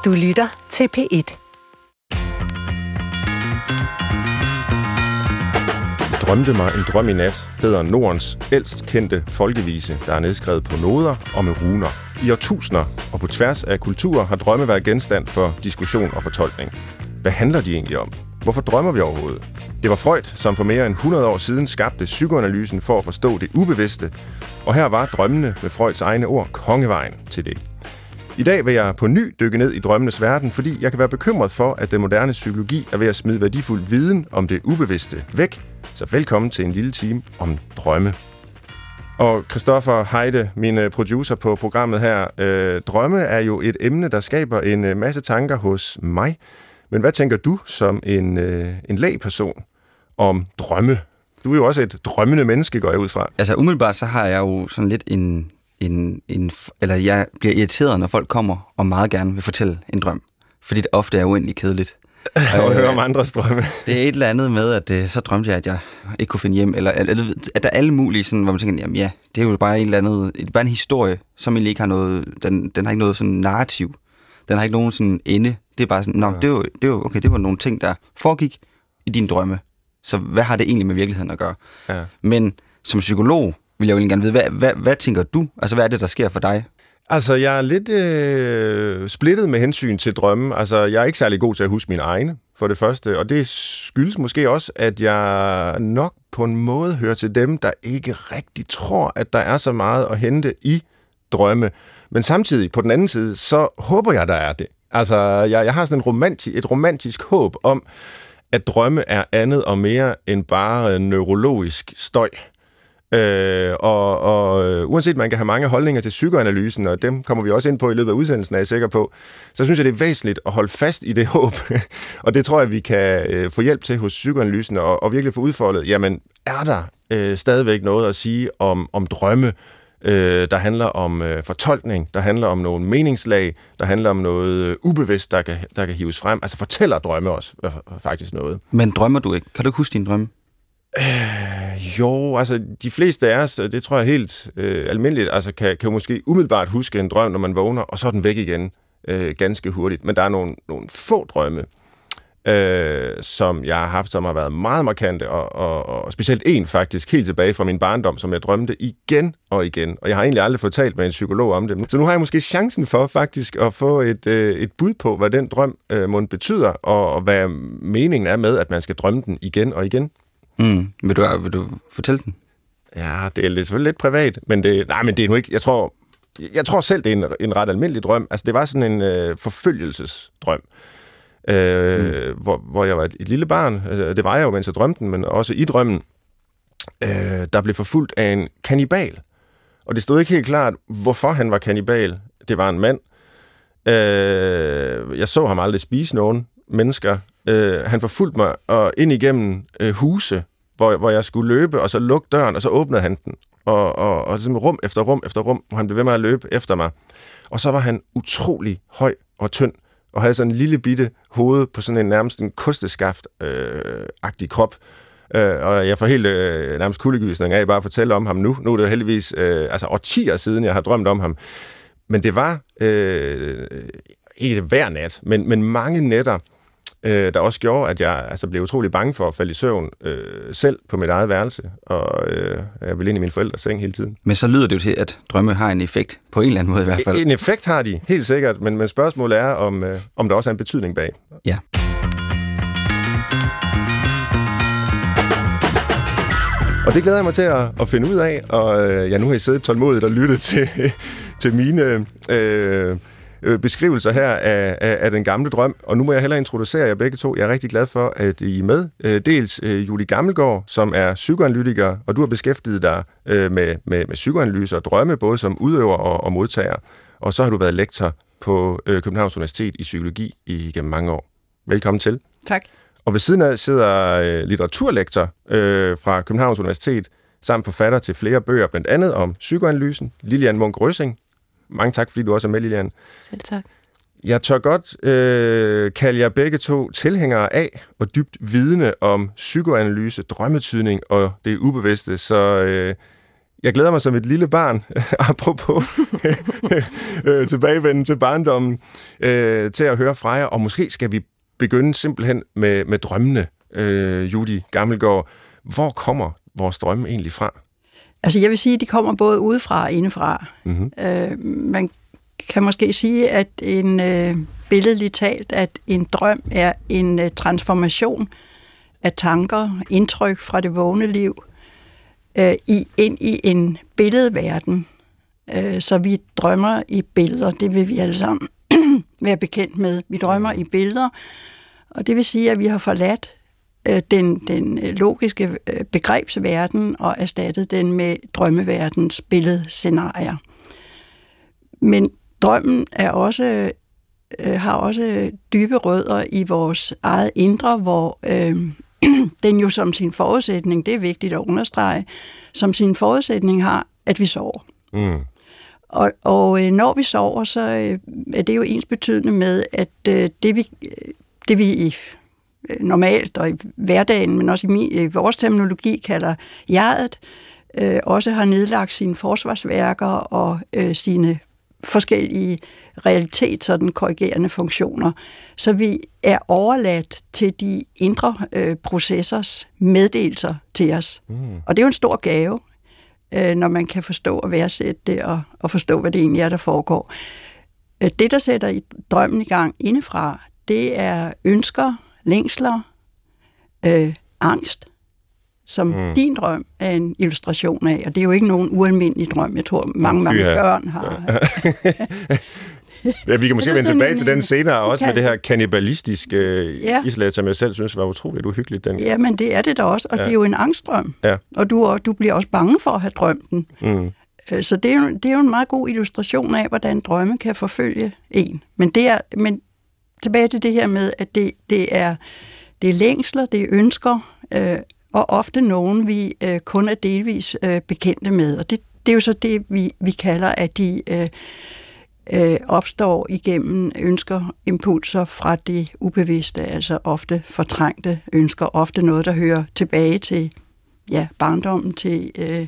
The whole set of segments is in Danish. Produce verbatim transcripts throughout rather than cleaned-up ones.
Du lytter til P et. Drømte mig en drøm i nat hedder Nordens ældst kendte folkevise, der er nedskrevet på noder og med runer. I årtusinder og på tværs af kulturer har drømme været genstand for diskussion og fortolkning. Hvad handler de egentlig om? Hvorfor drømmer vi overhovedet? Det var Freud, som for mere end hundrede år siden skabte psykoanalysen for at forstå det ubevidste, og her var drømmene med Freuds egne ord kongevejen til det. I dag vil jeg på ny dykke ned i drømmenes verden, fordi jeg kan være bekymret for, at den moderne psykologi er ved at smide værdifuld viden om det ubevidste væk. Så velkommen til en lille time om drømme. Og Christoffer Heide, min producer på programmet her. Øh, drømme er jo et emne, der skaber en masse tanker hos mig. Men hvad tænker du som en, øh, en lægperson om drømme? Du er jo også et drømmende menneske, går jeg ud fra. Altså umiddelbart så har jeg jo sådan lidt en... En, en, eller jeg bliver irriteret, når folk kommer og meget gerne vil fortælle en drøm. Fordi det ofte er uendelig kedeligt. Og øh, høre om andres drømme. Det er et eller andet med, at øh, så drømte jeg, at jeg ikke kunne finde hjem. Eller at, at der er alle mulige, sådan, hvor man tænker, jamen ja, det er jo bare en eller andet, det er bare en historie, som egentlig ikke har noget, den, den har ikke noget sådan narrativ. Den har ikke nogen sådan ende. Det er bare sådan, nå, ja. det, var, det, var, okay, det var nogle ting, der foregik i dine drømme. Så hvad har det egentlig med virkeligheden at gøre? Ja. Men som psykolog, vil jeg jo gerne vide, hvad, hvad, hvad tænker du? Altså, hvad er det, der sker for dig? Altså, jeg er lidt øh, splittet med hensyn til drømme. Altså, jeg er ikke særlig god til at huske mine egne, for det første. Og det skyldes måske også, at jeg nok på en måde hører til dem, der ikke rigtig tror, at der er så meget at hente i drømme. Men samtidig, på den anden side, så håber jeg, der er det. Altså, jeg, jeg har sådan en romanti- et romantisk håb om, at drømme er andet og mere end bare neurologisk støj. Øh, og, og øh, uanset man kan have mange holdninger til psykoanalysen, og dem kommer vi også ind på i løbet af udsendelsen, er jeg sikker på, så synes jeg, det er væsentligt at holde fast i det håb. Og det tror jeg, vi kan øh, få hjælp til hos psykoanalysen, og, og virkelig få udfoldet, jamen, er der øh, stadigvæk noget at sige om, om drømme, øh, der handler om øh, fortolkning, der handler om nogle meningslag, der handler om noget øh, ubevidst, der kan, der kan hives frem. Altså fortæller drømme også øh, faktisk noget. Men drømmer du ikke? Kan du ikke huske dine drømme? Øh, jo, altså de fleste af os, det tror jeg helt øh, almindeligt, altså kan, kan måske umiddelbart huske en drøm, når man vågner, og så er den væk igen øh, ganske hurtigt. Men der er nogle, nogle få drømme, øh, som jeg har haft, som har været meget markante, og, og, og specielt en faktisk, helt tilbage fra min barndom, som jeg drømte igen og igen. Og jeg har egentlig aldrig fået talt med en psykolog om det. Så nu har jeg måske chancen for faktisk at få et, øh, et bud på, hvad den drøm øh, måtte betyder, og, og hvad meningen er med, at man skal drømme den igen og igen. Mm. Vil, du, vil du fortælle den? Ja, det er lidt, selvfølgelig lidt privat, men det, nej, men det er nu ikke, jeg tror, jeg tror selv, det er en, en ret almindelig drøm. Altså, det var sådan en øh, forfølgelsesdrøm, øh, mm. hvor, hvor jeg var et, et lille barn. Det var jeg jo, mens jeg drømte den, men også i drømmen, øh, der blev forfulgt af en kannibal. Og det stod ikke helt klart, hvorfor han var kannibal. Det var en mand. Øh, jeg så ham aldrig spise nogen mennesker. Uh, han forfulgte mig og ind igennem uh, huse, hvor, hvor jeg skulle løbe, og så lukke døren, og så åbnede han den. Og, og, og sådan rum efter rum efter rum, hvor han blev ved med at løbe efter mig. Og så var han utrolig høj og tynd, og havde sådan en lille bitte hoved på sådan en nærmest en kosteskaft-agtig krop. Uh, og jeg får helt uh, nærmest kuldegysning af bare at fortælle om ham nu. Nu er det heldigvis uh, altså årtier siden, jeg har drømt om ham. Men det var uh, ikke hver nat, men, men mange nætter, der også gjorde, at jeg altså, blev utrolig bange for at falde i søvn øh, selv på mit eget værelse, og øh, jeg ville ind i min forældres seng hele tiden. Men så lyder det jo til, at drømme har en effekt, på en eller anden måde i hvert fald. En effekt har de, helt sikkert, men, men spørgsmålet er, om, øh, om der også er en betydning bag. Ja. Og det glæder jeg mig til at, at finde ud af, og øh, ja, nu har I siddet tålmodigt og lyttet til, til mine... Øh, beskrivelser her af, af, af den gamle drøm, og nu må jeg hellere introducere jer begge to. Jeg er rigtig glad for, at I er med. Dels Julie Gammelgaard, som er psykoanalytiker, og du har beskæftiget dig med, med, med psykoanalyse og drømme, både som udøver og, og modtager. Og så har du været lektor på Københavns Universitet i psykologi i gennem mange år. Velkommen til. Tak. Og ved siden af sidder litteraturlektor øh, fra Københavns Universitet, samt forfatter til flere bøger, blandt andet om psykoanalysen, Lilian Munch Røsing. Mange tak, fordi du også er med, Lilian. Selv tak. Jeg tør godt øh, kalde jer begge to tilhængere af og dybt vidne om psykoanalyse, drømmetydning og det ubevidste, så øh, jeg glæder mig som et lille barn, apropos tilbagevenden til barndommen, øh, til at høre fra jer, og måske skal vi begynde simpelthen med, med drømmene, øh, Judy Gammelgaard. Hvor kommer vores drømme egentlig fra? Altså jeg vil sige, at de kommer både udefra og indefra. Mm-hmm. Øh, man kan måske sige, at en øh, billedligt talt, at en drøm er en øh, transformation af tanker, indtryk fra det vågne liv, øh, i, ind i en billedverden. Øh, så vi drømmer i billeder, det vil vi alle sammen være bekendt med. Vi drømmer i billeder, og det vil sige, at vi har forladt øh, den, den logiske øh, begrebsverden og erstattet den med drømmeverdens billedscenarier. Men drømmen er også, øh, har også dybe rødder i vores eget indre, hvor øh, den jo som sin forudsætning, det er vigtigt at understrege, som sin forudsætning har, at vi sover. Mm. Og, og øh, når vi sover, så øh, er det jo ensbetydende med, at øh, det, vi, det vi i, øh, normalt og i hverdagen, men også i, min, i vores terminologi kalder jeget, øh, også har nedlagt sine forsvarsværker og øh, sine forskellige realitet, sådan korrigerende funktioner. Så vi er overladt til de indre øh, processors meddelelser til os. Mm. Og det er jo en stor gave, øh, når man kan forstå og værdsætte det, og, og forstå, hvad det egentlig er, der foregår. Øh, det, der sætter i drømmen i gang indefra, det er ønsker, længsler, øh, angst, som mm. din drøm er en illustration af, og det er jo ikke nogen ualmindelig drøm. Jeg tror, mange, mange ja. børn har. Ja, vi kan måske vende tilbage en, til den senere, også kan... med det her kannibalistiske ja. islet, som jeg selv synes var utroligt uhyggeligt. Den. Ja, men det er det da også, og ja. det er jo en angstdrøm. Ja. Og du, du bliver også bange for at have drømt den. Mm. Så det er, jo, det er jo en meget god illustration af, hvordan drømme kan forfølge en. Men, det er, men tilbage til det her med, at det, det, er, det er længsler, det er ønsker, øh, og ofte nogen, vi øh, kun er delvis øh, bekendte med. Og det, det er jo så det, vi, vi kalder, at de øh, øh, opstår igennem ønsker, impulser fra det ubevidste, altså ofte fortrængte ønsker, ofte noget, der hører tilbage til ja, barndommen, til, øh,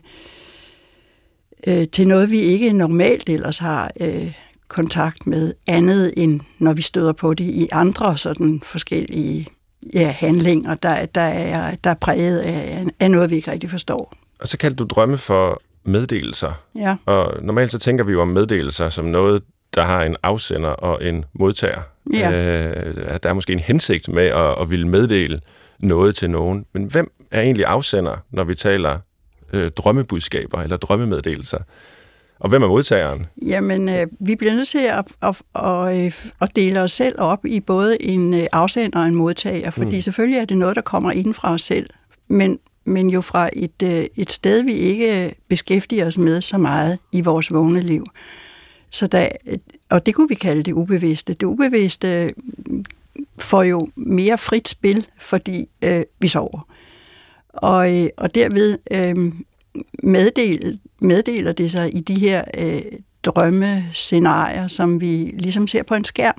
øh, til noget, vi ikke normalt ellers har øh, kontakt med, andet end når vi støder på det i andre sådan forskellige ja, handlinger, der, der, er, der er præget af, af noget, vi ikke rigtig forstår. Og så kaldte du drømme for meddelelser. Ja. Og normalt så tænker vi jo om meddelelser som noget, der har en afsender og en modtager. Ja. Øh, der er måske en hensigt med at, at ville meddele noget til nogen. Men hvem er egentlig afsender, når vi taler øh, drømmebudskaber eller drømmemeddelelser? Og hvem er modtageren? Jamen, øh, vi bliver nødt til at, at, at, at dele os selv op i både en afsender og en modtager, fordi mm. selvfølgelig er det noget, der kommer inden fra os selv, men, men jo fra et, et sted, vi ikke beskæftiger os med så meget i vores vågne liv. Så der, og det kunne vi kalde det ubevidste. Det ubevidste får jo mere frit spil, fordi øh, vi sover. Og, og derved øh, meddel, meddeler det sig i de her øh, drømmescenarier, som vi ligesom ser på en skærm.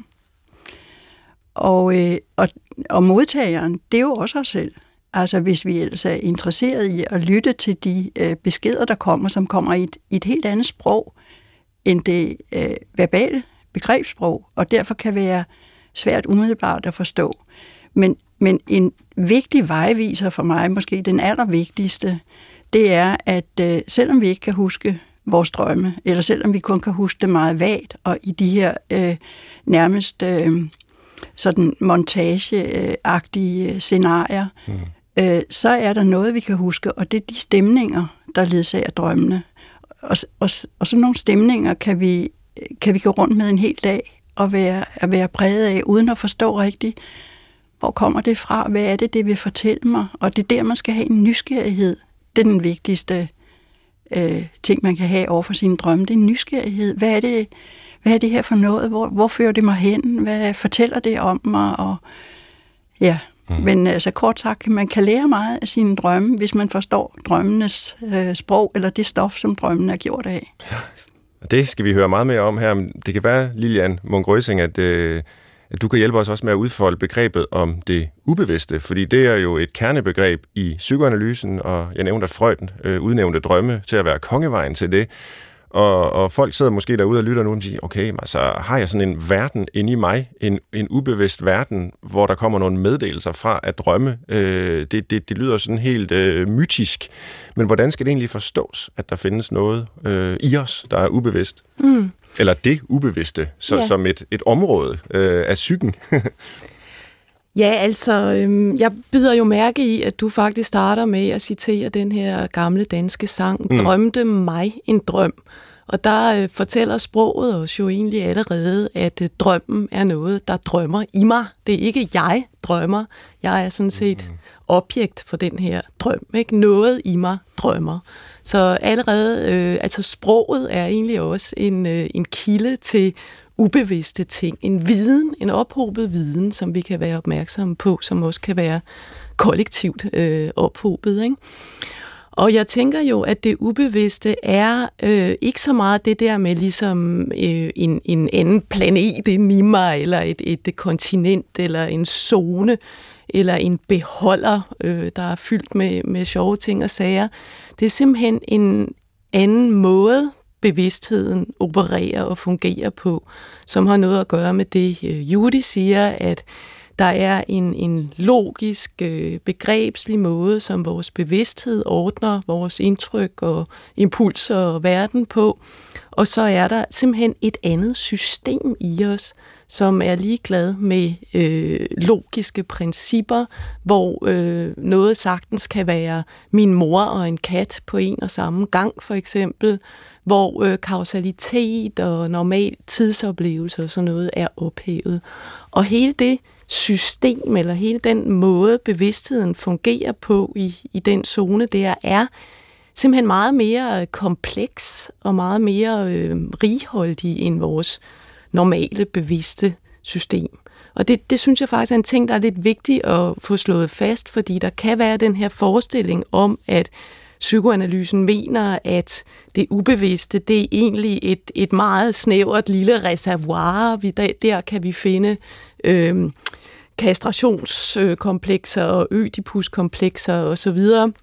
Og, øh, og, og modtageren, det er jo også os selv. Altså hvis vi ellers er interesseret i at lytte til de øh, beskeder, der kommer, som kommer i et, i et helt andet sprog, end det øh, verbale begrebssprog, og derfor kan være svært umiddelbart at forstå. Men, men en vigtig vejviser for mig, måske den allervigtigste, det er, at øh, selvom vi ikke kan huske vores drømme, eller selvom vi kun kan huske det meget vagt, og i de her øh, nærmest øh, sådan montageagtige scenarier, mm. øh, så er der noget, vi kan huske, og det er de stemninger, der ledsager drømmene. Og, og, og sådan nogle stemninger kan vi, kan vi gå rundt med en hel dag og være, at være præget af, uden at forstå rigtigt, hvor kommer det fra, hvad er det, det vil fortælle mig, og det er der, man skal have en nysgerrighed. Det er den vigtigste øh, ting, man kan have over for sine drømme, det er en nysgerrighed. Hvad er det, hvad er det her for noget? Hvor, hvor fører det mig hen? Hvad fortæller det om mig? Og, ja, mm. Men altså kort sagt, man kan lære meget af sine drømme, hvis man forstår drømmenes øh, sprog, eller det stof, som drømmen er gjort af. Ja, det skal vi høre meget mere om her. Det kan være, Lilian Munch-Røsing, at, øh, at du kan hjælpe os også med at udfolde begrebet om det ubevidste, fordi det er jo et kernebegreb i psykoanalysen, og jeg nævnte, at Freud øh, udnævnte drømme til at være kongevejen til det. Og, og folk sidder måske derude og lytter nu og siger, okay, altså har jeg sådan en verden inde i mig, en, en ubevidst verden, hvor der kommer nogle meddelelser fra at drømme. Øh, det, det, det lyder sådan helt øh, mytisk, men hvordan skal det egentlig forstås, at der findes noget øh, i os, der er ubevidst? Mm. Eller det ubevidste, så, ja. som et, et område øh, af psyken. Ja, altså, øhm, jeg bider jo mærke i, at du faktisk starter med at citere den her gamle danske sang, mm. Drømte mig en drøm. Og der øh, fortæller sproget os jo egentlig allerede, at øh, drømmen er noget, der drømmer i mig. Det er ikke jeg drømmer. Jeg er sådan set mm. objekt for den her drøm. Ikke? Noget i mig drømmer. Så allerede, øh, altså sproget er egentlig også en, øh, en kilde til ubevidste ting. En viden, en ophobet viden, som vi kan være opmærksomme på, som også kan være kollektivt øh, ophobet. Ikke? Og jeg tænker jo, at det ubevidste er øh, ikke så meget det der med ligesom øh, en, en anden planet inde i mig, eller et, et kontinent, eller en zone, eller en beholder, øh, der er fyldt med, med sjove ting og sager. Det er simpelthen en anden måde, bevidstheden opererer og fungerer på, som har noget at gøre med det, øh, Judy siger, at der er en, en logisk, øh, begrebslig måde, som vores bevidsthed ordner vores indtryk og impulser og verden på. Og så er der simpelthen et andet system i os, som er ligeglad med øh, logiske principper, hvor øh, noget sagtens kan være min mor og en kat på en og samme gang, for eksempel, hvor øh, kausalitet og normal tidsoplevelse og sådan noget er ophævet. Og hele det system, eller hele den måde, bevidstheden fungerer på i, i den zone der, er simpelthen meget mere kompleks og meget mere øh, righoldig end vores normale bevidste system. Og det, det synes jeg faktisk er en ting, der er lidt vigtigt at få slået fast, fordi der kan være den her forestilling om, at psykoanalysen mener, at det ubevidste, det er egentlig et, et meget snævert lille reservoir. Vi, der, der kan vi finde øh, kastrationskomplekser og ødipuskomplekser osv.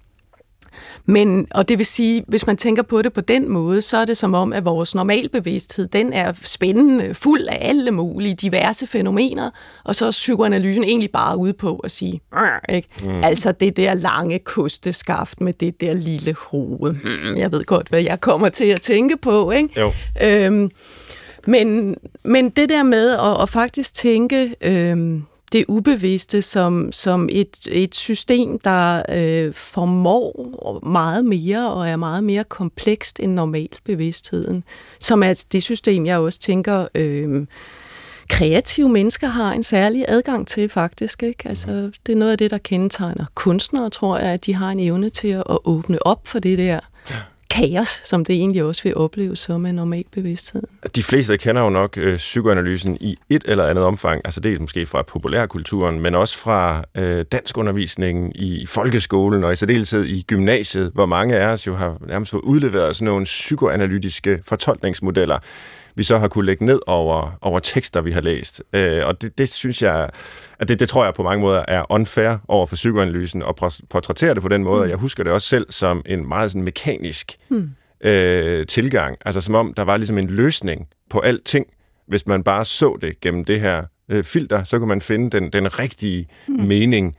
Men, og det vil sige, hvis man tænker på det på den måde, så er det som om, at vores normalbevidsthed, den er spændende, fuld af alle mulige diverse fænomener, og så er psykoanalysen egentlig bare ude på at sige, ikke? Mm. Altså det der lange kosteskaft med det der lille hoved. Mm, jeg ved godt, hvad jeg kommer til at tænke på, ikke? Jo. Øhm, men, men det der med at, at faktisk tænke øhm, det ubevidste som, som et, et system, der øh, formår meget mere og er meget mere komplekst end normalbevidstheden, som er det system, jeg også tænker, øh, kreative mennesker har en særlig adgang til faktisk. Ikke? Altså, det er noget af det, der kendetegner kunstnere, tror jeg, at de har en evne til at, at åbne op for det der kaos, som det egentlig også vil opleves som en normal bevidsthed. De fleste kender jo nok øh, psykoanalysen i et eller andet omfang, altså det er måske fra populærkulturen, men også fra øh, danskundervisningen i folkeskolen og i særdeleshed i gymnasiet, hvor mange af os jo har nærmest fået udleveret sådan nogle psykoanalytiske fortolkningsmodeller, vi så har kunne lægge ned over, over tekster, vi har læst. Øh, og det, det synes jeg, at det, det tror jeg på mange måder er unfair over for psykoanalysen at portrættere det på den måde. Mm. Jeg husker det også selv som en meget sådan mekanisk mm. øh, tilgang. Altså som om der var ligesom en løsning på alting. Hvis man bare så det gennem det her øh, filter, så kunne man finde den, den rigtige mm. mening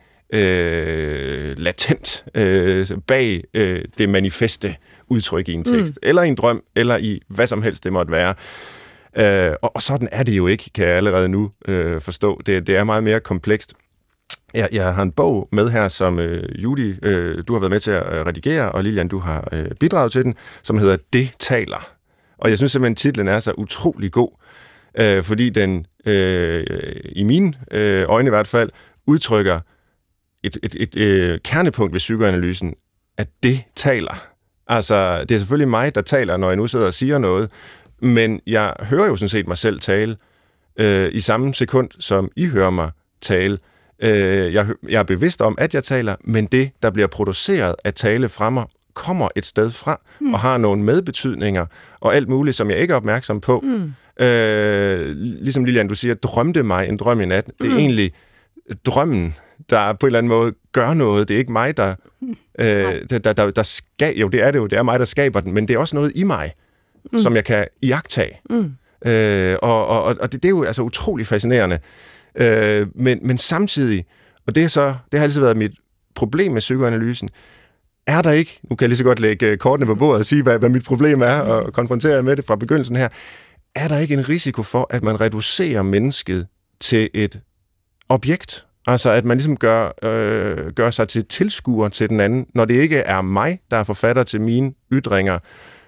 øh, latent øh, bag øh, det manifeste udtryk i en tekst, mm. eller i en drøm, eller i hvad som helst det måtte være. Øh, og, og sådan er det jo ikke, kan jeg allerede nu øh, forstå. Det, det er meget mere komplekst. Jeg, jeg har en bog med her, som øh, Judy, øh, du har været med til at redigere, og Lilian, du har øh, bidraget til den, som hedder Det taler. Og jeg synes simpelthen, titlen er så utrolig god, øh, fordi den, øh, i mine øh, øjne i hvert fald, udtrykker et, et, et, et øh, kernepunkt ved psykoanalysen, at det taler. Altså, det er selvfølgelig mig, der taler, når jeg nu sidder og siger noget, men jeg hører jo sådan set mig selv tale øh, i samme sekund, som I hører mig tale. Øh, jeg, jeg er bevidst om, at jeg taler, men det, der bliver produceret at tale fra mig, kommer et sted fra, mm. og har nogle medbetydninger, og alt muligt, som jeg ikke er opmærksom på. Mm. Øh, ligesom Lilian, du siger, drømte mig en drøm i nat. Det er mm. egentlig drømmen, der på en eller anden måde gør noget. Det er ikke mig, der... Øh, der, der, der, der skal, jo, det er det jo. Det er mig, der skaber den, men det er også noget i mig, mm. som jeg kan iagttage. Mm. Øh, og og, og det, det er jo altså utrolig fascinerende. Øh, men, men samtidig, og det, er så, det har altid været mit problem med psykoanalysen, er der ikke, nu kan jeg lige så godt lægge kortene på bordet og sige, hvad, hvad mit problem er, og konfrontere med det fra begyndelsen her, er der ikke en risiko for, at man reducerer mennesket til et objekt? Altså, at man ligesom gør, øh, gør sig til tilskuer til den anden, når det ikke er mig, der er forfatter til mine ytringer.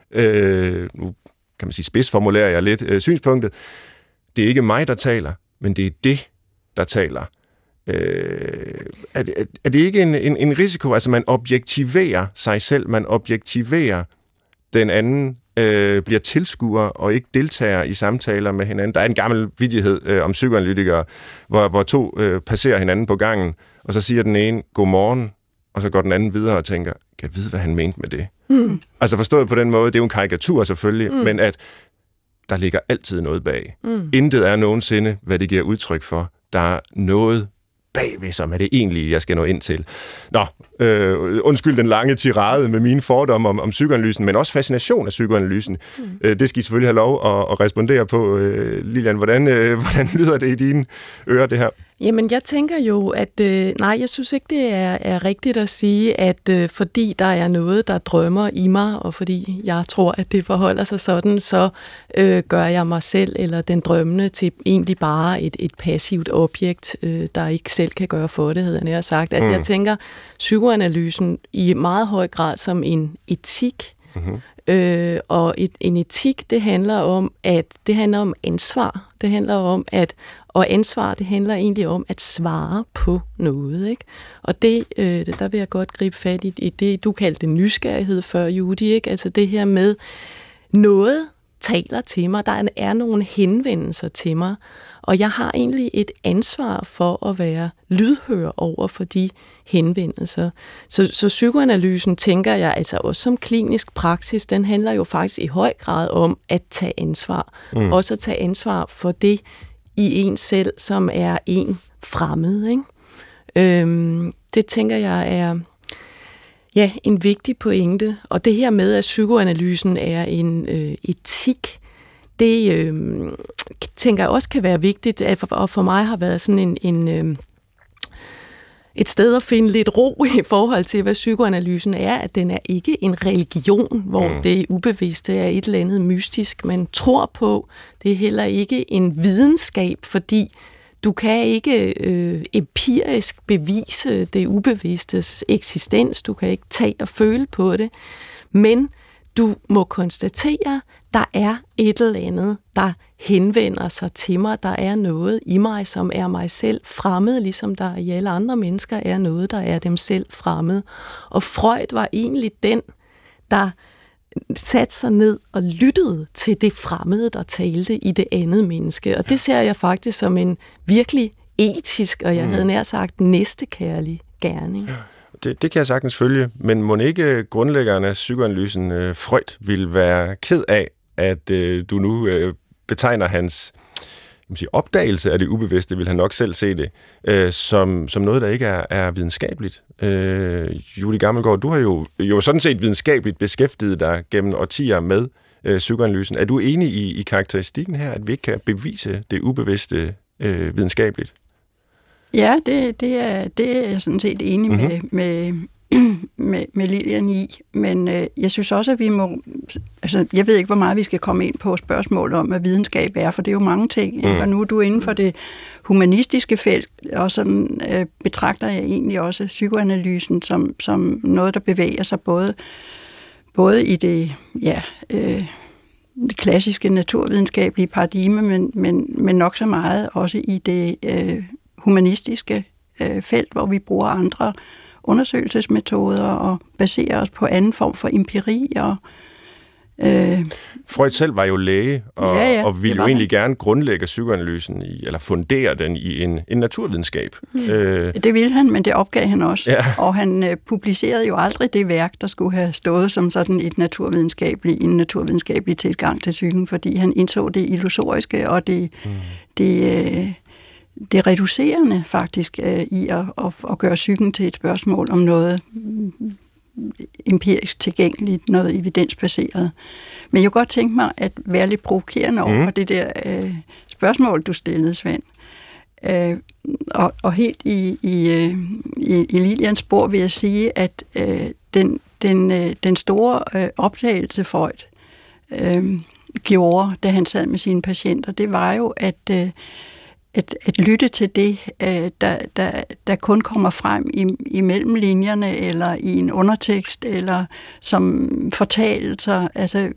Øh, nu kan man sige, spidsformulerer jeg lidt øh, synspunktet. Det er ikke mig, der taler, men det er det, der taler. Øh, er, det, er det ikke en, en, en risiko, altså man objektiverer sig selv, man objektiverer den anden, øh, bliver tilskuer og ikke deltager i samtaler med hinanden? Der er en gammel vittighed øh, om psykoanalytikere, hvor, hvor to øh, passerer hinanden på gangen, og så siger den ene, godmorgen, og så går den anden videre og tænker, kan jeg vide, hvad han mente med det? Mm. Altså forstået på den måde, det er jo en karikatur selvfølgelig, mm. men at der ligger altid noget bag. Mm. Intet er nogensinde, hvad det giver udtryk for. Der er noget bagved, som er det egentlige, jeg skal nå ind til. Nå, øh, undskyld den lange tirade med mine fordomme om, om psykoanalysen, men også fascination af psykoanalysen. Mm. Øh, det skal I selvfølgelig have lov at, at respondere på. Øh, Lilian, hvordan, øh, hvordan lyder det i dine ører, det her? Jamen, jeg tænker jo, at øh, nej, jeg synes ikke, det er, er rigtigt at sige, at øh, fordi der er noget, der drømmer i mig, og fordi jeg tror, at det forholder sig sådan, så øh, gør jeg mig selv eller den drømmende til egentlig bare et, et passivt objekt, øh, der ikke selv kan gøre for det, havde jeg sagt. At mm. jeg tænker psykoanalysen i meget høj grad som en etik, mm-hmm. Øh, og et, en etik, det handler om, at det handler om ansvar. Det handler om, at og ansvar, det handler egentlig om at svare på noget, ikke? Og det, øh, der vil jeg godt gribe fat i, i det, du kaldte nysgerrighed før, Judy, ikke? Altså det her med, noget taler til mig, der er nogle henvendelser til mig, og jeg har egentlig et ansvar for at være lydhør over for de henvendelser. Så, så psykoanalysen, tænker jeg, altså også som klinisk praksis, den handler jo faktisk i høj grad om at tage ansvar. Mm. Også at tage ansvar for det i en selv, som er en fremmed, ikke? Øhm, det tænker jeg er ja, en vigtig pointe. Og det her med, at psykoanalysen er en øh, etik, det øh, tænker jeg også kan være vigtigt, og for mig har været sådan en, en øh, et sted at finde lidt ro i forhold til, hvad psykoanalysen er, at den er ikke en religion, hvor mm. det ubevidste er et eller andet mystisk, man tror på. Det er heller ikke en videnskab, fordi du kan ikke øh, empirisk bevise det ubevidstes eksistens. Du kan ikke tage og føle på det. Men du må konstatere, der er et eller andet, der henvender sig til mig. Der er noget i mig, som er mig selv fremmed, ligesom der i alle andre mennesker er noget, der er dem selv fremmed. Og Freud var egentlig den, der satte sig ned og lyttede til det fremmede, der talte i det andet menneske. Og det ser jeg faktisk som en virkelig etisk, og jeg havde nær sagt næstekærlig gerning. Det, det kan jeg sagtens følge, men må ikke grundlæggeren af psykoanalysen, øh, Freud, vil være ked af, at øh, du nu øh, betegner hans jeg sige, opdagelse af det ubevidste, vil han nok selv se det, øh, som, som noget, der ikke er, er videnskabeligt. Øh, Julie Gammelgaard, du har jo, jo sådan set videnskabeligt beskæftiget dig gennem årtier med øh, psykoanalysen. Er du enig i, i karakteristikken her, at vi ikke kan bevise det ubevidste øh, videnskabeligt? Ja, det, det, er, det er jeg sådan set enig mm-hmm. med, med, med, med Lilian i, men øh, jeg synes også, at vi må, altså jeg ved ikke, hvor meget vi skal komme ind på spørgsmål om, hvad videnskab er, for det er jo mange ting, mm. og nu er du inden for det humanistiske felt, og sådan øh, betragter jeg egentlig også psykoanalysen som, som noget, der bevæger sig både, både i det, ja, øh, det klassiske naturvidenskabelige paradigme, men, men, men nok så meget også i det øh, humanistiske øh, felt, hvor vi bruger andre undersøgelsesmetoder og baserer os på anden form for empiri og Øh, Freud selv var jo læge, og, ja, ja, og ville jo han. egentlig gerne grundlægge psykoanalysen i, eller fundere den i en, en naturvidenskab. Mm. Øh, det ville han, men det opgav han også. Ja. Og han øh, publicerede jo aldrig det værk, der skulle have stået som sådan et naturvidenskabelig, en naturvidenskabelig tilgang til psyken, fordi han indså det illusoriske og det, mm. det, øh, det reducerende faktisk øh, i at, at, at gøre psyken til et spørgsmål om noget empirisk tilgængeligt, noget evidensbaseret. Men jeg kunne godt tænke mig at være lidt provokerende over mm. for det der øh, spørgsmål, du stillede, Svend. Øh, og, og helt i, i, i, i Lilians spor vil jeg sige, at øh, den, den, øh, den store øh, opdagelse Freud øh, gjorde, da han sad med sine patienter, det var jo, at øh, At, at lytte til det, øh, der, der, der kun kommer frem i, i mellemlinjerne, eller i en undertekst, eller som fortalelser. Altså,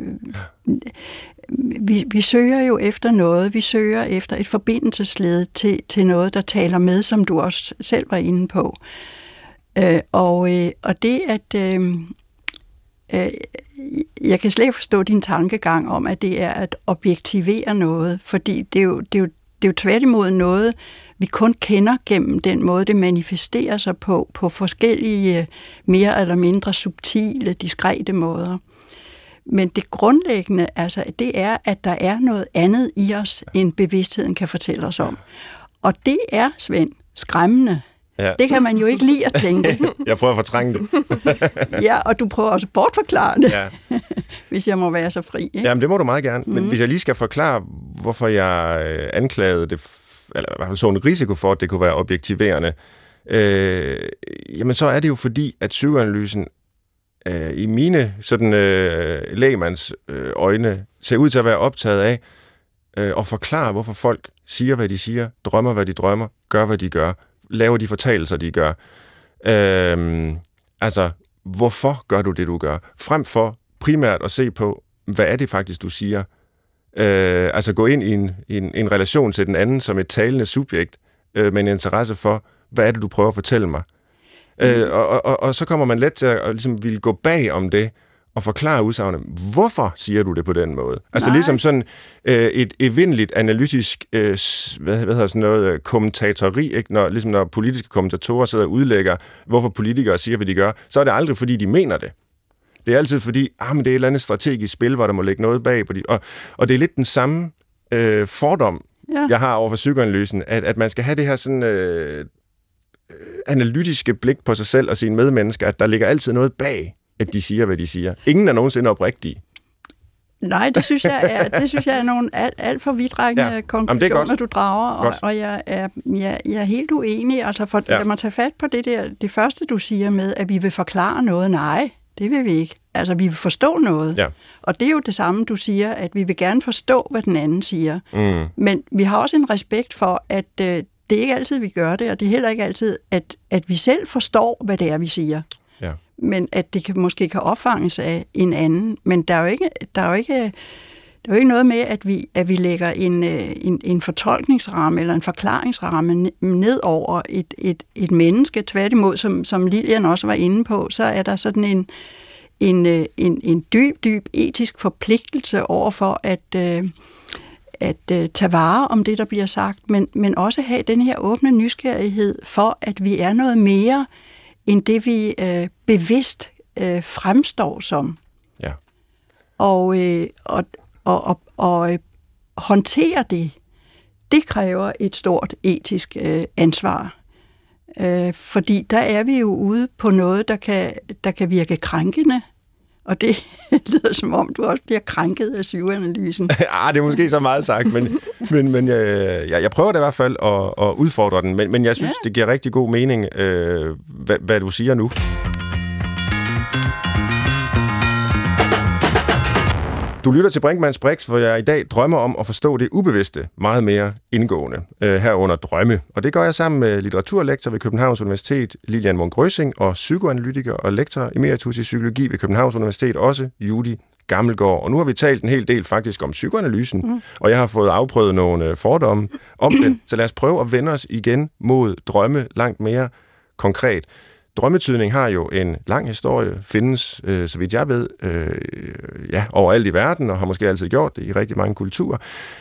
vi, vi søger jo efter noget. Vi søger efter et forbindelsesled til, til noget, der taler med, som du også selv var inde på. Øh, og, øh, og det, at... Øh, øh, jeg kan slet ikke forstå din tankegang om, at det er at objektivere noget, fordi det er jo, det er jo Det er jo tværtimod noget, vi kun kender gennem den måde, det manifesterer sig på, på forskellige mere eller mindre subtile, diskrete måder. Men det grundlæggende, altså, det er, at der er noget andet i os, end bevidstheden kan fortælle os om. Og det er, Svend, skræmmende. Ja. Det kan man jo ikke lide at tænke. Jeg prøver at fortrænge det. Ja, og du prøver også at bortforklare det, ja. Hvis jeg må være så fri. Ikke? Jamen, det må du meget gerne. Men mm. hvis jeg lige skal forklare, hvorfor jeg anklagede det, eller i hvert fald så en risiko for, at det kunne være objektiverende, øh, jamen så er det jo fordi, at psykoanalysen øh, i mine sådan øh, lægmands øh, øjne ser ud til at være optaget af øh, at forklare, hvorfor folk siger, hvad de siger, drømmer, hvad de drømmer, gør, hvad de gør, laver de fortalelser, de gør. Øh, altså, hvorfor gør du det, du gør? Frem for primært at se på, hvad er det faktisk, du siger? Øh, altså gå ind i en, en, en relation til den anden som et talende subjekt, øh, med en interesse for, hvad er det, du prøver at fortælle mig? Mm. Øh, og, og, og så kommer man let til at, at ligesom ville gå bag om det, og forklare udsagnet. Hvorfor siger du det på den måde? Altså Nej. Ligesom sådan øh, et evindeligt analytisk, øh, hvad, hvad hedder sådan noget, øh, kommentatori, ikke? Når, ligesom når politiske kommentatorer sidder og udlægger, hvorfor politikere siger, hvad de gør, så er det aldrig, fordi de mener det. Det er altid fordi, ah, men det er et eller andet strategisk spil, hvor der må ligge noget bag på de, og, og det er lidt den samme øh, fordom, ja. jeg har over for psykoanalysen, at, at man skal have det her sådan øh, analytiske blik på sig selv og sine medmennesker, at der ligger altid noget bag, at de siger, hvad de siger. Ingen er nogensinde oprigtige. Nej, det synes jeg er, det synes jeg er nogle alt, alt for vidtrækkende ja. konklusioner, du drager, og, og jeg, er, jeg, jeg er helt uenig. Altså, for, ja. lad mig tage fat på det der, det første, du siger med, at vi vil forklare noget. Nej, det vil vi ikke. Altså, vi vil forstå noget. Ja. Og det er jo det samme, du siger, at vi vil gerne forstå, hvad den anden siger. Mm. Men vi har også en respekt for, at øh, det er ikke altid, vi gør det, og det er heller ikke altid, at, at vi selv forstår, hvad det er, vi siger. Ja. Men at det kan, måske kan opfanges af en anden. Men der er jo ikke, der er jo ikke, der er jo ikke noget med, at vi, at vi lægger en, en, en fortolkningsramme eller en forklaringsramme ned over et, et, et menneske. Tværtimod, som, som Lilian også var inde på, så er der sådan en, en, en, en dyb, dyb etisk forpligtelse over for at, at tage vare om det, der bliver sagt, men, men også have den her åbne nysgerrighed for, at vi er noget mere end det, vi øh, bevidst øh, fremstår som. Ja. Og, øh, og, og, og, og øh, håndtere det, det kræver et stort etisk øh, ansvar. Øh, fordi der er vi jo ude på noget, der kan, der kan virke krænkende. Og det lyder som om, du også bliver krænket af psykoanalysen. Ah, det er måske så meget sagt, men, men, men jeg, jeg, jeg prøver det i hvert fald at, at udfordre den. Men, men jeg synes, ja. det giver rigtig god mening, øh, hvad, hvad du siger nu. Du lytter til Brinkmanns Brix, hvor jeg i dag drømmer om at forstå det ubevidste meget mere indgående, øh, herunder drømme. Og det gør jeg sammen med litteraturlektor ved Københavns Universitet, Lilian Munch-Røsing, og psykoanalytiker og lektor emeritus i psykologi ved Københavns Universitet, også Judy Gammelgaard. Og nu har vi talt en hel del faktisk om psykoanalysen, mm. og jeg har fået afprøvet nogle fordomme om den. Så lad os prøve at vende os igen mod drømme langt mere konkret. drømmetydning har jo en lang historie, findes, øh, så vidt jeg ved, øh, ja, overalt i verden, og har måske altid gjort det i rigtig mange kulturer.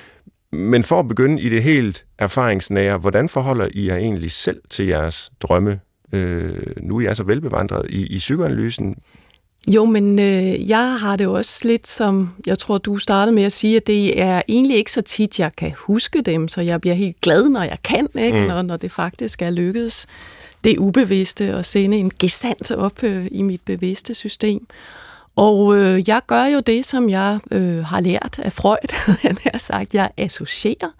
Men for at begynde i det helt erfaringsnære, hvordan forholder I jer egentlig selv til jeres drømme? Øh, nu er I så velbevandret i, i psykoanalysen. Jo, men øh, jeg har det også lidt som, jeg tror, du startede med at sige, at det er egentlig ikke så tit, jeg kan huske dem, så jeg bliver helt glad, når jeg kan, ikke? Mm. Når, når det faktisk er lykkedes. Det ubevidste at sende en gesandt op øh, i mit bevidste system. Og øh, jeg gør jo det, som jeg øh, har lært af Freud, han har sagt, jeg associerer.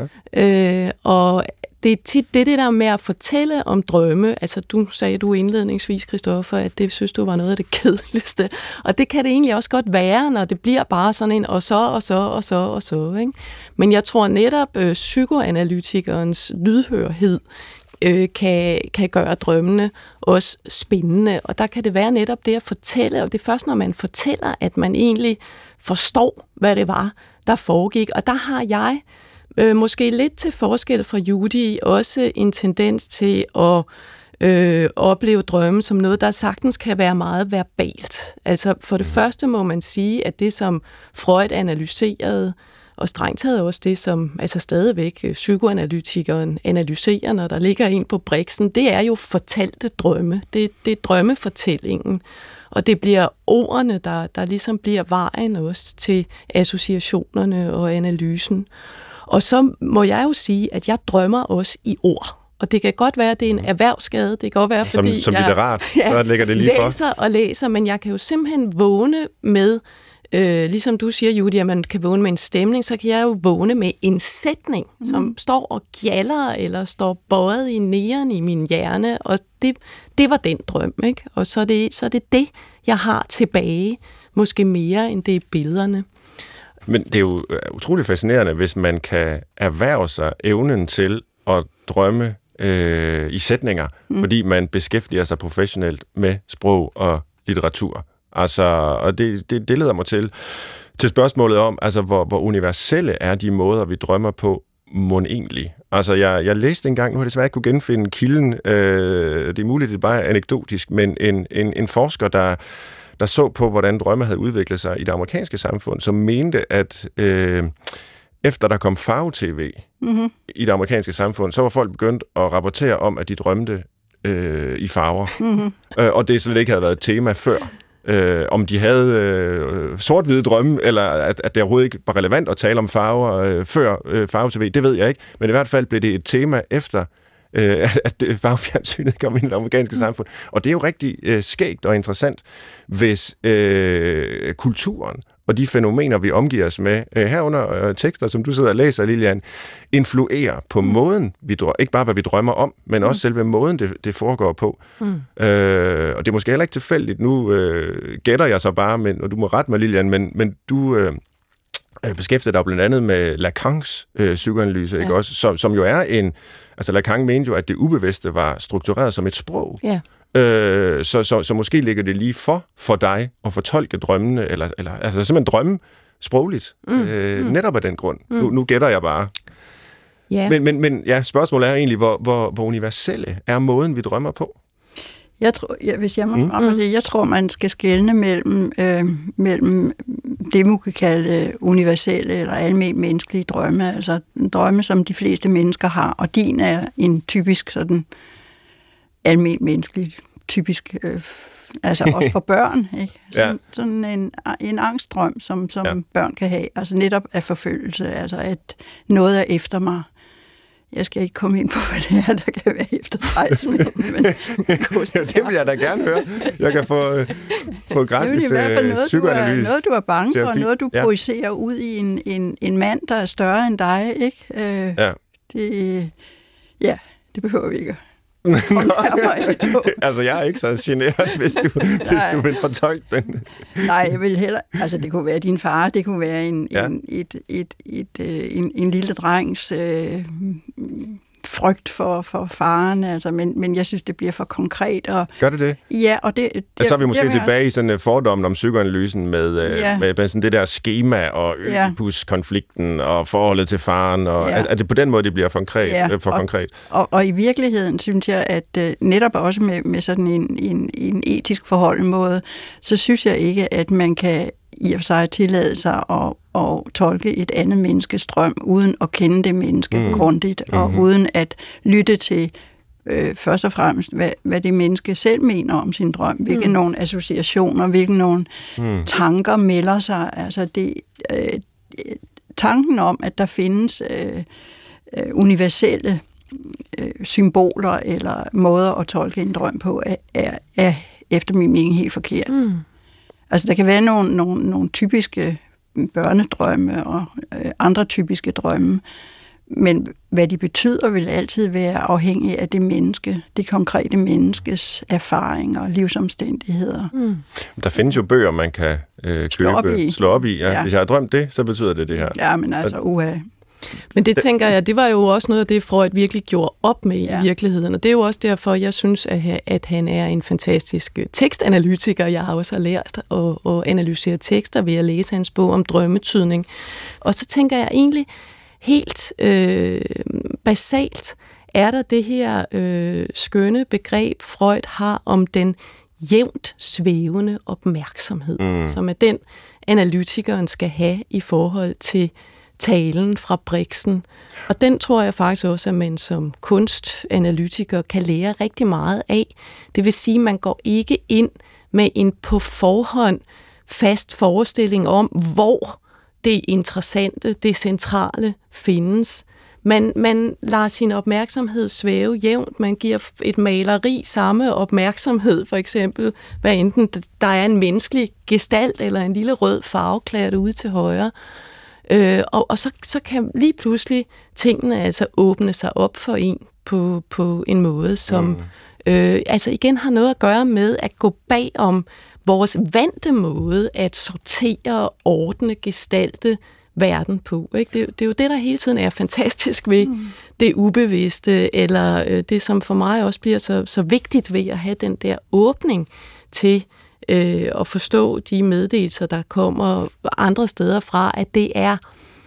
Øh, og det er tit det, det der med at fortælle om drømme. Altså, du sagde du indledningsvis, Christoffer, at det synes du var noget af det kedeligste. Og det kan det egentlig også godt være, når det bliver bare sådan en og så, og så, og så, og så. Ikke? Men jeg tror netop, øh, psykoanalytikernes lydhørhed øh, kan, kan gøre drømmene også spændende. Og der kan det være netop det at fortælle, og det er først, når man fortæller, at man egentlig forstår, hvad det var, der foregik. Og der har jeg øh, måske lidt til forskel fra Judy også en tendens til at øh, opleve drømme som noget, der sagtens kan være meget verbalt. Altså for det første må man sige, at det som Freud analyserede, og strengt taget også det, som altså stadigvæk psykoanalytikeren analyserer, når der ligger en på briksen, det er jo fortalte drømme. Det, det er drømmefortællingen. Og det bliver ordene, der, der ligesom bliver vejen også til associationerne og analysen. Og så må jeg jo sige, at jeg drømmer også i ord. Og det kan godt være, at det er en erhvervsskade. Det kan godt være, fordi som, som jeg litterat, ja, lægger det lige læser for. og læser, men jeg kan jo simpelthen vågne med, øh, ligesom du siger, Judy, at man kan vågne med en stemning, så kan jeg jo vågne med en sætning, mm. som står og gjalder, eller står bøjet i næren i min hjerne, og det, det var den drøm, ikke? Og så er, det, så er det det, jeg har tilbage, måske mere end det er billederne. Men det er jo utroligt fascinerende, hvis man kan erhverve sig evnen til at drømme øh, i sætninger, mm. fordi man beskæftiger sig professionelt med sprog og litteratur. Altså, og det, det, det leder mig til, til spørgsmålet om, altså, hvor, hvor universelle er de måder, vi drømmer på, mon egentlig. Altså, jeg, jeg læste engang, nu har jeg desværre ikke kunne genfinde kilden, øh, det er muligt, det er bare anekdotisk, men en, en, en forsker, der der så på, hvordan drømme havde udviklet sig i det amerikanske samfund, som mente, at øh, efter der kom farve-tv mm-hmm. i det amerikanske samfund, så var folk begyndt at rapportere om, at de drømte øh, i farver. Mm-hmm. Øh, og det slet ikke havde været et tema før. Øh, om de havde øh, sort-hvide drømme, eller at, at det overhovedet ikke var relevant at tale om farver øh, før øh, farve-tv, det ved jeg ikke. Men i hvert fald blev det et tema efter øh, at farvefjernsynet kom ind i det amerikanske mm. samfund. Og det er jo rigtig øh, skægt og interessant, hvis øh, kulturen og de fænomener, vi omgiver os med, øh, herunder øh, tekster, som du sidder og læser, Lilian, influerer på mm. måden, vi drømmer, ikke bare hvad vi drømmer om, men mm. også selve måden, det, det foregår på. Mm. Øh, og det er måske heller ikke tilfældigt. Nu øh, gætter jeg så bare, men, og du må rette mig, Lilian, men, men du øh, beskæftiger dig blandt andet med Lacans øh, psykoanalyse, ja. Ikke også? Som, som jo er en... Altså Lacan mente jo, at det ubevidste var struktureret som et sprog. Ja. Øh, så, så, så måske ligger det lige for for dig at fortolke drømmene, eller, eller altså simpelthen drømme sprogligt, mm. Øh, mm. netop af den grund. Mm. Nu, nu gætter jeg bare. Yeah. Men, men, men ja, spørgsmålet er egentlig, hvor, hvor, hvor universelle er måden, vi drømmer på? Jeg tror, ja, hvis jeg må mm. fremme det, jeg tror, man skal skelne mellem, øh, mellem det, man kan kalde universelle eller almen menneskelige drømme, altså drømme, som de fleste mennesker har, og din er en typisk sådan almen menneskelig, typisk, øh, altså også for børn, ikke? Sådan, ja. sådan en, en angstdrøm, som, som ja. børn kan have, altså netop af forfølgelse, altså at noget er efter mig. Jeg skal ikke komme ind på, hvad det er, der kan være efter dig, men, men ja, det vil jeg da gerne høre. Jeg kan få, øh, få gratis psykoanalyse. Det er i hvert fald noget, du er, noget, du er bange for, terapi. Noget, du ja. projicerer ud i en, en, en mand, der er større end dig, ikke? Øh, ja. Det, ja, det behøver vi ikke. Altså, jeg er ikke så generet, hvis du, hvis du vil fortolke den. Nej, jeg vil heller... Altså, det kunne være din far, det kunne være en, ja. en, et, et, et, et, en, en lille drengs øh, frygt for, for faren, altså, men, men jeg synes, det bliver for konkret. Og, Gør det det? Ja, og det... det altså, så er vi måske det, tilbage også... i sådan uh, fordommen om psykoanalysen med, uh, ja. med, med sådan det der skema og Ødipus-konflikten og forholdet til faren, og ja. er, er det på den måde, det bliver for konkret? Ja. Uh, for og, konkret? Og, og i virkeligheden synes jeg, at uh, netop også med, med sådan en, en, en etisk forholdemåde, så synes jeg ikke, at man kan i og for sig tillade sig at, at tolke et andet menneskes drøm, uden at kende det menneske mm. grundigt, og mm-hmm. uden at lytte til øh, først og fremmest, hvad, hvad det menneske selv mener om sin drøm, hvilke mm. nogle associationer, hvilke nogle mm. tanker melder sig. Altså det, øh, tanken om, at der findes øh, øh, universelle øh, symboler eller måder at tolke en drøm på, er, er, er efter min mening helt forkert. Mm. Altså, der kan være nogle, nogle, nogle typiske børnedrømme og øh, andre typiske drømme, men hvad de betyder, vil altid være afhængig af det menneske, det konkrete menneskes erfaringer og livsomstændigheder. Mm. Der findes jo bøger, man kan øh, slå købe, op i. slå op i. Ja. Ja. Hvis jeg har drømt det, så betyder det det her. Ja, men altså, uha. Men det tænker jeg, det var jo også noget af det, Freud virkelig gjorde op med ja. i virkeligheden. Og det er jo også derfor, jeg synes, at han er en fantastisk tekstanalytiker. Jeg har også lært at, at analysere tekster ved at læse hans bog om drømmetydning. Og så tænker jeg egentlig helt øh, basalt, er der det her øh, skønne begreb, Freud har om den jævnt svævende opmærksomhed, mm. som er den, analytikeren skal have i forhold til talen fra Brixen. Og den tror jeg faktisk også, at man som kunstanalytiker kan lære rigtig meget af. Det vil sige, at man går ikke ind med en på forhånd fast forestilling om, hvor det interessante, det centrale findes. Man, man lader sin opmærksomhed svæve jævnt. Man giver et maleri samme opmærksomhed, for eksempel, hvad enten der er en menneskelig gestalt eller en lille rød farveklatte ude til højre. Øh, og og så, så kan lige pludselig tingene altså åbne sig op for en på, på en måde, som mm. øh, altså igen har noget at gøre med at gå bag om vores vante måde at sortere, ordne, gestalte verden på. Ikke? Det, det er jo det, der hele tiden er fantastisk ved mm. det ubevidste, eller øh, det, som for mig også bliver så, så vigtigt ved at have den der åbning til øh, at forstå de meddelelser, der kommer andre steder fra, at det er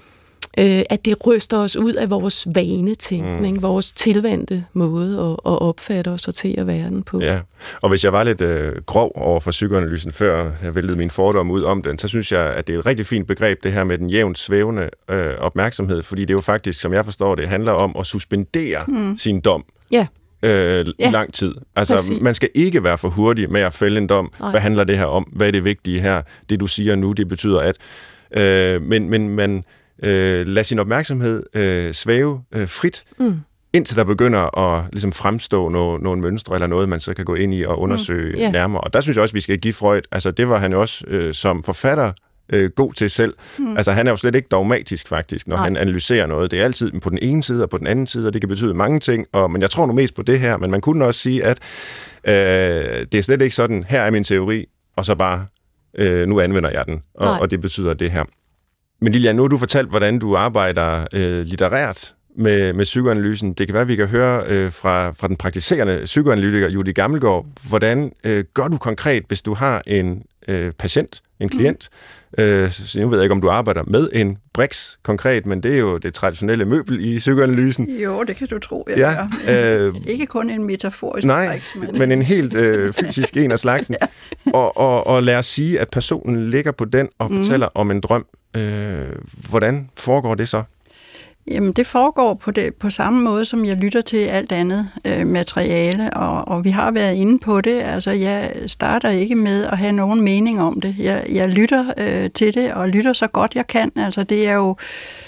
øh, at det ryster os ud af vores vanetænkning, mm. vores tilvandte måde at, at opfatte og sortere verden på. Ja, og hvis jeg var lidt øh, grov over for psykoanalysen, før jeg væltede min fordom ud om den, så synes jeg, at det er et rigtig fint begreb, det her med den jævnt svævende øh, opmærksomhed, fordi det jo faktisk, som jeg forstår det, handler om at suspendere mm. sin dom. Ja. Øh, ja, lang tid. Altså, præcis. Man skal ikke være for hurtig med at fælde en dom. Nej. Hvad handler det her om? Hvad er det vigtige her? Det, du siger nu, det betyder at... Øh, men, men man øh, lader sin opmærksomhed øh, svæve øh, frit, mm. indtil der begynder at ligesom, fremstå no, nogle mønstre eller noget, man så kan gå ind i og undersøge mm. yeah. nærmere. Og der synes jeg også, vi skal give Freud... Altså, det var han jo også øh, som forfatter øh, god til selv. Mm. Altså, han er jo slet ikke dogmatisk, faktisk, når Nej. han analyserer noget. Det er altid på den ene side og på den anden side, og det kan betyde mange ting. Og, men jeg tror nu mest på det her, men man kunne også sige, at øh, det er slet ikke sådan, her er min teori, og så bare, øh, nu anvender jeg den, og, og det betyder det her. Men Lilian, nu har du fortalt, hvordan du arbejder øh, litterært med, med psykoanalysen. Det kan være, at vi kan høre øh, fra, fra den praktiserende psykoanalytiker, Judy Gammelgaard, hvordan øh, gør du konkret, hvis du har en øh, patient, en klient. Mm. Øh, så jeg ved ikke, om du arbejder med en Brix konkret, men det er jo det traditionelle møbel i psykoanalysen. Jo, det kan du tro, jeg ja, øh, ikke kun en metaforisk nej, Brix, men... men en helt øh, fysisk en af slagsen. ja. og, og, og lad os sige, at personen ligger på den og mm. fortæller om en drøm. Øh, hvordan foregår det så? Jamen, det foregår på, det, på samme måde, som jeg lytter til alt andet øh, materiale, og, og vi har været inde på det. Altså, jeg starter ikke med at have nogen mening om det. Jeg, jeg lytter øh, til det, og lytter så godt jeg kan. Altså, det er jo,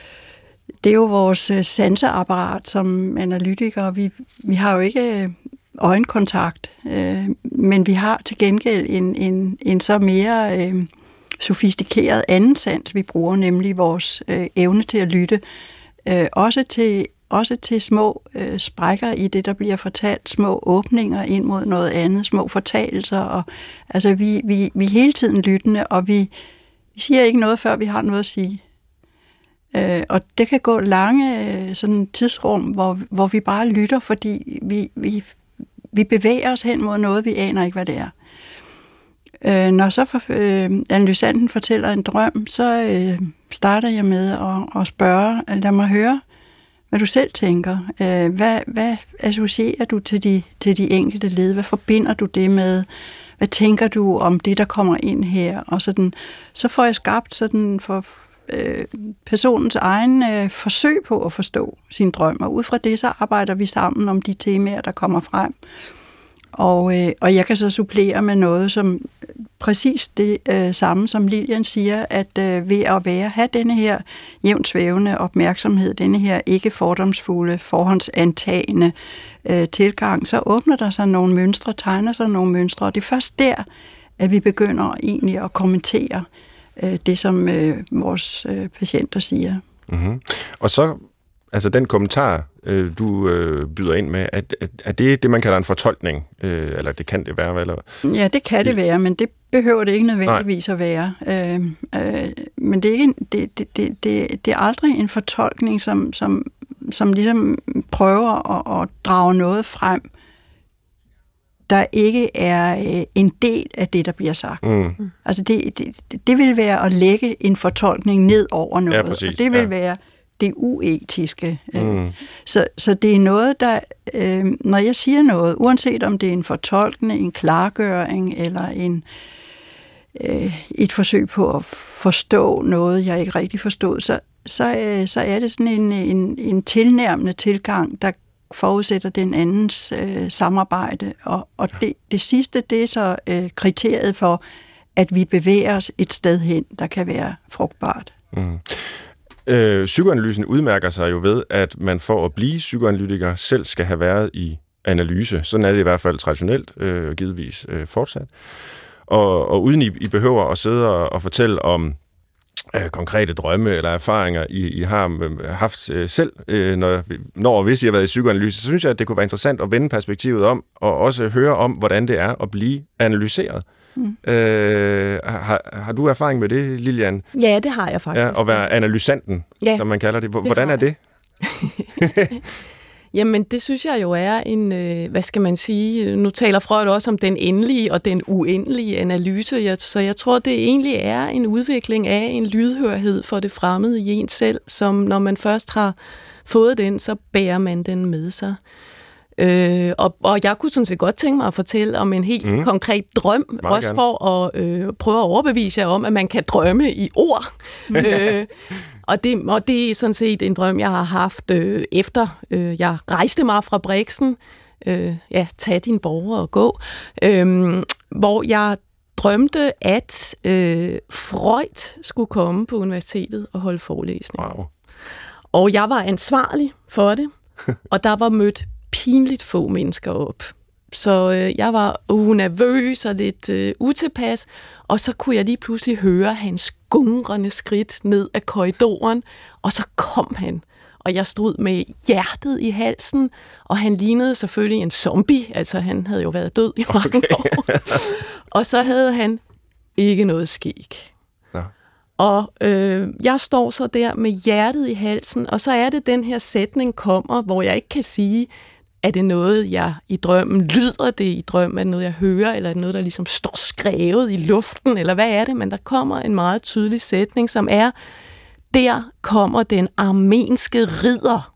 det er jo vores sanseapparat som analytikere. Vi, vi har jo ikke øjenkontakt, øh, men vi har til gengæld en, en, en så mere øh, sofistikeret anden sans, vi bruger, nemlig vores øh, evne til at lytte. Øh, også, til, også til små øh, sprækker i det, der bliver fortalt, små åbninger ind mod noget andet, små fortalelser. Og, altså, vi, vi, vi er hele tiden lyttende, og vi, vi siger ikke noget, før vi har noget at sige. Øh, og det kan gå lange øh, sådan tidsrum, hvor, hvor vi bare lytter, fordi vi, vi, vi bevæger os hen mod noget, vi aner ikke, hvad det er. Øh, når så for, øh, analysanten fortæller en drøm, så øh, starter jeg med at, at spørge, lad mig høre, hvad du selv tænker. Øh, hvad, hvad associerer du til de, til de enkelte led? Hvad forbinder du det med? Hvad tænker du om det, der kommer ind her? Og sådan, så får jeg skabt sådan for øh, personens egen øh, forsøg på at forstå sin drøm, og ud fra det, så arbejder vi sammen om de temaer, der kommer frem. Og, øh, og jeg kan så supplere med noget, som præcis det øh, samme, som Lilian siger, at øh, ved at være, have denne her jævnt svævende opmærksomhed, denne her ikke fordomsfulde, forhåndsantagende øh, tilgang, så åbner der sig nogle mønstre, tegner sig nogle mønstre, og det er først der, at vi begynder egentlig at kommentere øh, det, som øh, vores øh, patienter siger. Mm-hmm. Og så, altså den kommentar, øh, du øh, byder ind med, at, at, at det er det, man kalder en fortolkning, øh, eller det kan det være, eller? Ja, det kan det være, men det behøver det ikke nødvendigvis Nej. at være. Øh, øh, men det er, ikke en, det, det, det, det, det er aldrig en fortolkning, som, som, som ligesom prøver at, at drage noget frem, der ikke er øh, en del af det, der bliver sagt. Mm. Altså det, det, det vil være at lægge en fortolkning ned over noget, ja, og det vil ja. være det uetiske. Mm. Så, så det er noget, der, øh, når jeg siger noget, uanset om det er en fortolkning, en klargøring, eller en, øh, et forsøg på at forstå noget, jeg ikke rigtig forstod, så, så, øh, så er det sådan en, en, en tilnærmende tilgang, der forudsætter den andens øh, samarbejde. Og, og det, det sidste, det er så øh, kriteriet for, at vi bevæger os et sted hen, der kan være frugtbart. Mm. Øh, psykoanalysen udmærker sig jo ved, at man for at blive psykoanalytiker selv skal have været i analyse. Sådan er det i hvert fald traditionelt, øh, givetvis øh, fortsat. Og, og uden I, I behøver at sidde og, og fortælle om øh, konkrete drømme eller erfaringer, I, I har øh, haft øh, selv, øh, når, når og hvis I har været i psykoanalyse, så synes jeg, at det kunne være interessant at vende perspektivet om, og også høre om, hvordan det er at blive analyseret. Mm. Øh, har, har du erfaring med det, Lilian? Ja, det har jeg faktisk. Ja, at være analysanten, ja, som man kalder det. Hvordan det er det? Jamen, det synes jeg jo er en, øh, hvad skal man sige, nu taler Freud også om den endelige og den uendelige analyse, jeg, så jeg tror, det egentlig er en udvikling af en lydhørhed for det fremmede i en selv, som når man først har fået den, så bærer man den med sig. Øh, og, og jeg kunne sådan set godt tænke mig at fortælle om en helt mm. konkret drøm, Meget også gerne. for at øh, prøve at overbevise jer om, at man kan drømme i ord. øh, og, det, og det er sådan set en drøm, jeg har haft øh, efter øh, jeg rejste mig fra Brixen, øh, ja, tag din borger og gå, øh, hvor jeg drømte, at øh, Freud skulle komme på universitetet og holde forelæsning. Wow. Og jeg var ansvarlig for det, og der var mødt pinligt få mennesker op. Så øh, jeg var uh, nervøs og lidt øh, utilpas, og så kunne jeg lige pludselig høre hans gungrende skridt ned ad korridoren, og så kom han. Og jeg stod med hjertet i halsen, og han lignede selvfølgelig en zombie, altså han havde jo været død i mange okay. år. Og så havde han ikke noget skæg. Ja. Og øh, jeg står så der med hjertet i halsen, og så er det, den her sætning kommer, hvor jeg ikke kan sige, er det noget, jeg i drømmen, lyder det i drømmen, er det noget, jeg hører, eller er det noget, der ligesom står skrevet i luften, eller hvad er det? Men der kommer en meget tydelig sætning, som er, der kommer den armenske ridder.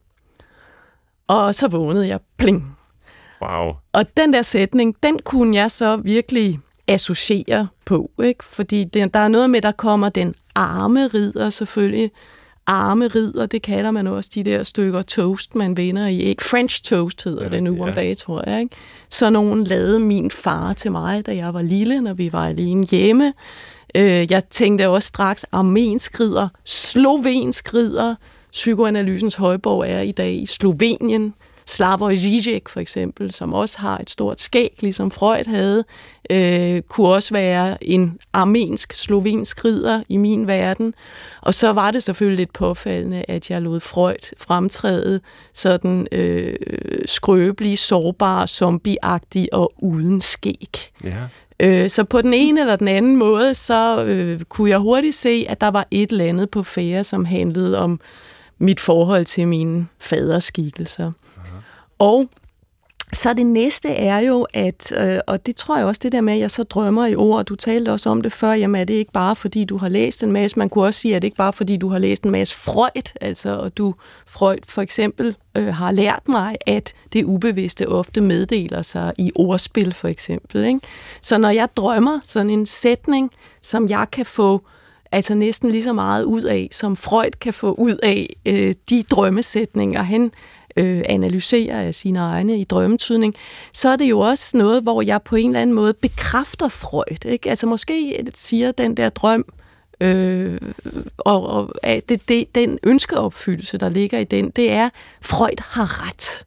Og så vågnede jeg, pling. Wow. Og den der sætning, den kunne jeg så virkelig associere på, ikke? Fordi der, der er noget med, der kommer den arme ridder selvfølgelig. Arme ridder, det kalder man også de der stykker toast, man vender i æg. French toast hedder ja, det nu om ja. dagen, tror jeg. Ikke? Så nogen lavede min far til mig, da jeg var lille, når vi var alene hjemme. Jeg tænkte også straks armensk ridder, slovensk ridder. Psykoanalysens højborg er i dag i Slovenien. Slavoj Žižek for eksempel, som også har et stort skæg, ligesom Freud havde, øh, kunne også være en armensk, slovensk ridder i min verden. Og så var det selvfølgelig lidt påfaldende, at jeg lod Freud fremtræde sådan øh, skrøbelig, sårbar, zombieagtig og uden skæg. Øh, så på den ene eller den anden måde, så øh, kunne jeg hurtigt se, at der var et eller andet på færde, som handlede om mit forhold til mine faderskikkelser. Aha. Og så det næste er jo, at, øh, og det tror jeg også, det der med, at jeg så drømmer i ord, du talte også om det før, jamen er det ikke bare, fordi du har læst en masse, man kunne også sige, at det ikke bare, fordi du har læst en masse Freud, altså, og du, Freud for eksempel, øh, har lært mig, at det ubevidste ofte meddeler sig i ordspil, for eksempel, ikke? Så når jeg drømmer sådan en sætning, som jeg kan få altså næsten lige så meget ud af, som Freud kan få ud af øh, de drømmesætninger, han øh, analyserer af sine egne i drømmetydning, så er det jo også noget, hvor jeg på en eller anden måde bekræfter Freud. Ikke? Altså måske siger den der drøm, øh, og, og det, det, den ønskeopfyldelse, der ligger i den, det er, Freud har ret.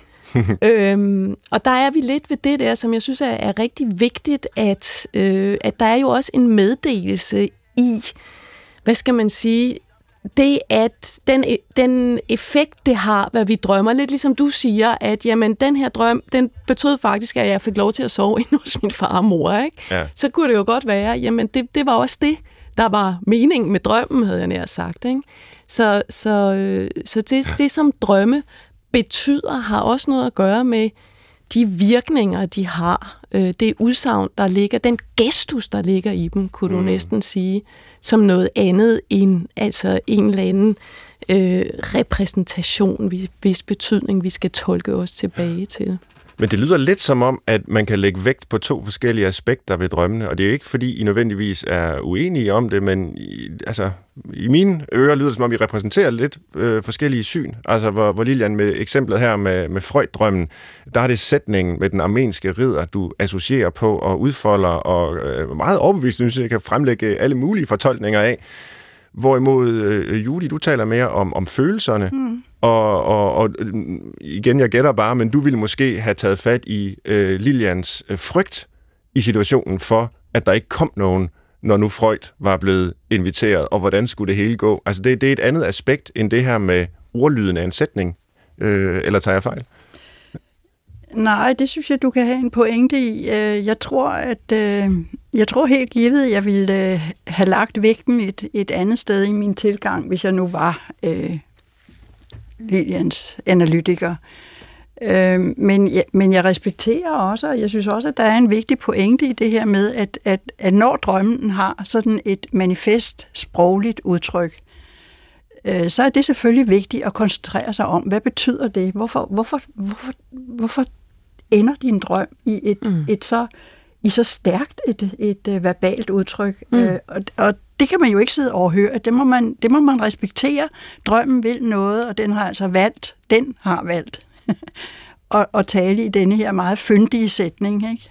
øhm, og der er vi lidt ved det der, som jeg synes er, er rigtig vigtigt, at, øh, at der er jo også en meddelelse i, hvad skal man sige, det at den, den effekt, det har, hvad vi drømmer, lidt ligesom du siger, at jamen, den her drøm, den betød faktisk, at jeg fik lov til at sove inde hos min far og mor, ikke? Ja. Så kunne det jo godt være, jamen det, det var også det, der var meningen med drømmen, havde jeg nær sagt, ikke? Så, så, så det, det, som drømme betyder, har også noget at gøre med de virkninger, de har. Det udsagn, der ligger, den gestus, der ligger i dem, kunne mm. du næsten sige, som noget andet end altså en eller anden øh, repræsentation, hvis betydning vi skal tolke os tilbage til. Men det lyder lidt som om, at man kan lægge vægt på to forskellige aspekter ved drømmene, og det er jo ikke, fordi I nødvendigvis er uenige om det, men i, altså, i mine ører lyder det, som om I repræsenterer lidt øh, forskellige syn. Altså, hvor, hvor Lilian med eksemplet her med, med Freud-drømmen, der er det sætningen med den armenske ridder, du associerer på og udfolder, og øh, meget overbevist, synes jeg, kan fremlægge alle mulige fortolkninger af. Hvorimod, øh, Judy, du taler mere om, om følelserne, mm. og, og, og igen, jeg gætter bare, men du ville måske have taget fat i øh, Lilians øh, frygt i situationen for, at der ikke kom nogen, når nu Freud var blevet inviteret, og hvordan skulle det hele gå? Altså, det, det er et andet aspekt end det her med ordlyden af en sætning, øh, eller tager jeg fejl? Nej, det synes jeg, du kan have en pointe i. Jeg tror, at jeg tror helt givet, at jeg ville have lagt vægten et, et andet sted i min tilgang, hvis jeg nu var øh, Lilians analytiker. Øh, men, men jeg respekterer også, og jeg synes også, at der er en vigtig pointe i det her med, at, at, at når drømmen har sådan et manifest sprogligt udtryk, øh, så er det selvfølgelig vigtigt at koncentrere sig om, hvad betyder det? Hvorfor, hvorfor, hvorfor, hvorfor ender din drøm i et, mm. et så, i så stærkt et, et, et verbalt udtryk? Mm. Øh, og, og det kan man jo ikke sidde og overhøre. Det må man, det må man respektere. Drømmen vil noget, og den har altså valgt, den har valgt at, at tale i denne her meget fyndige sætning, ikke?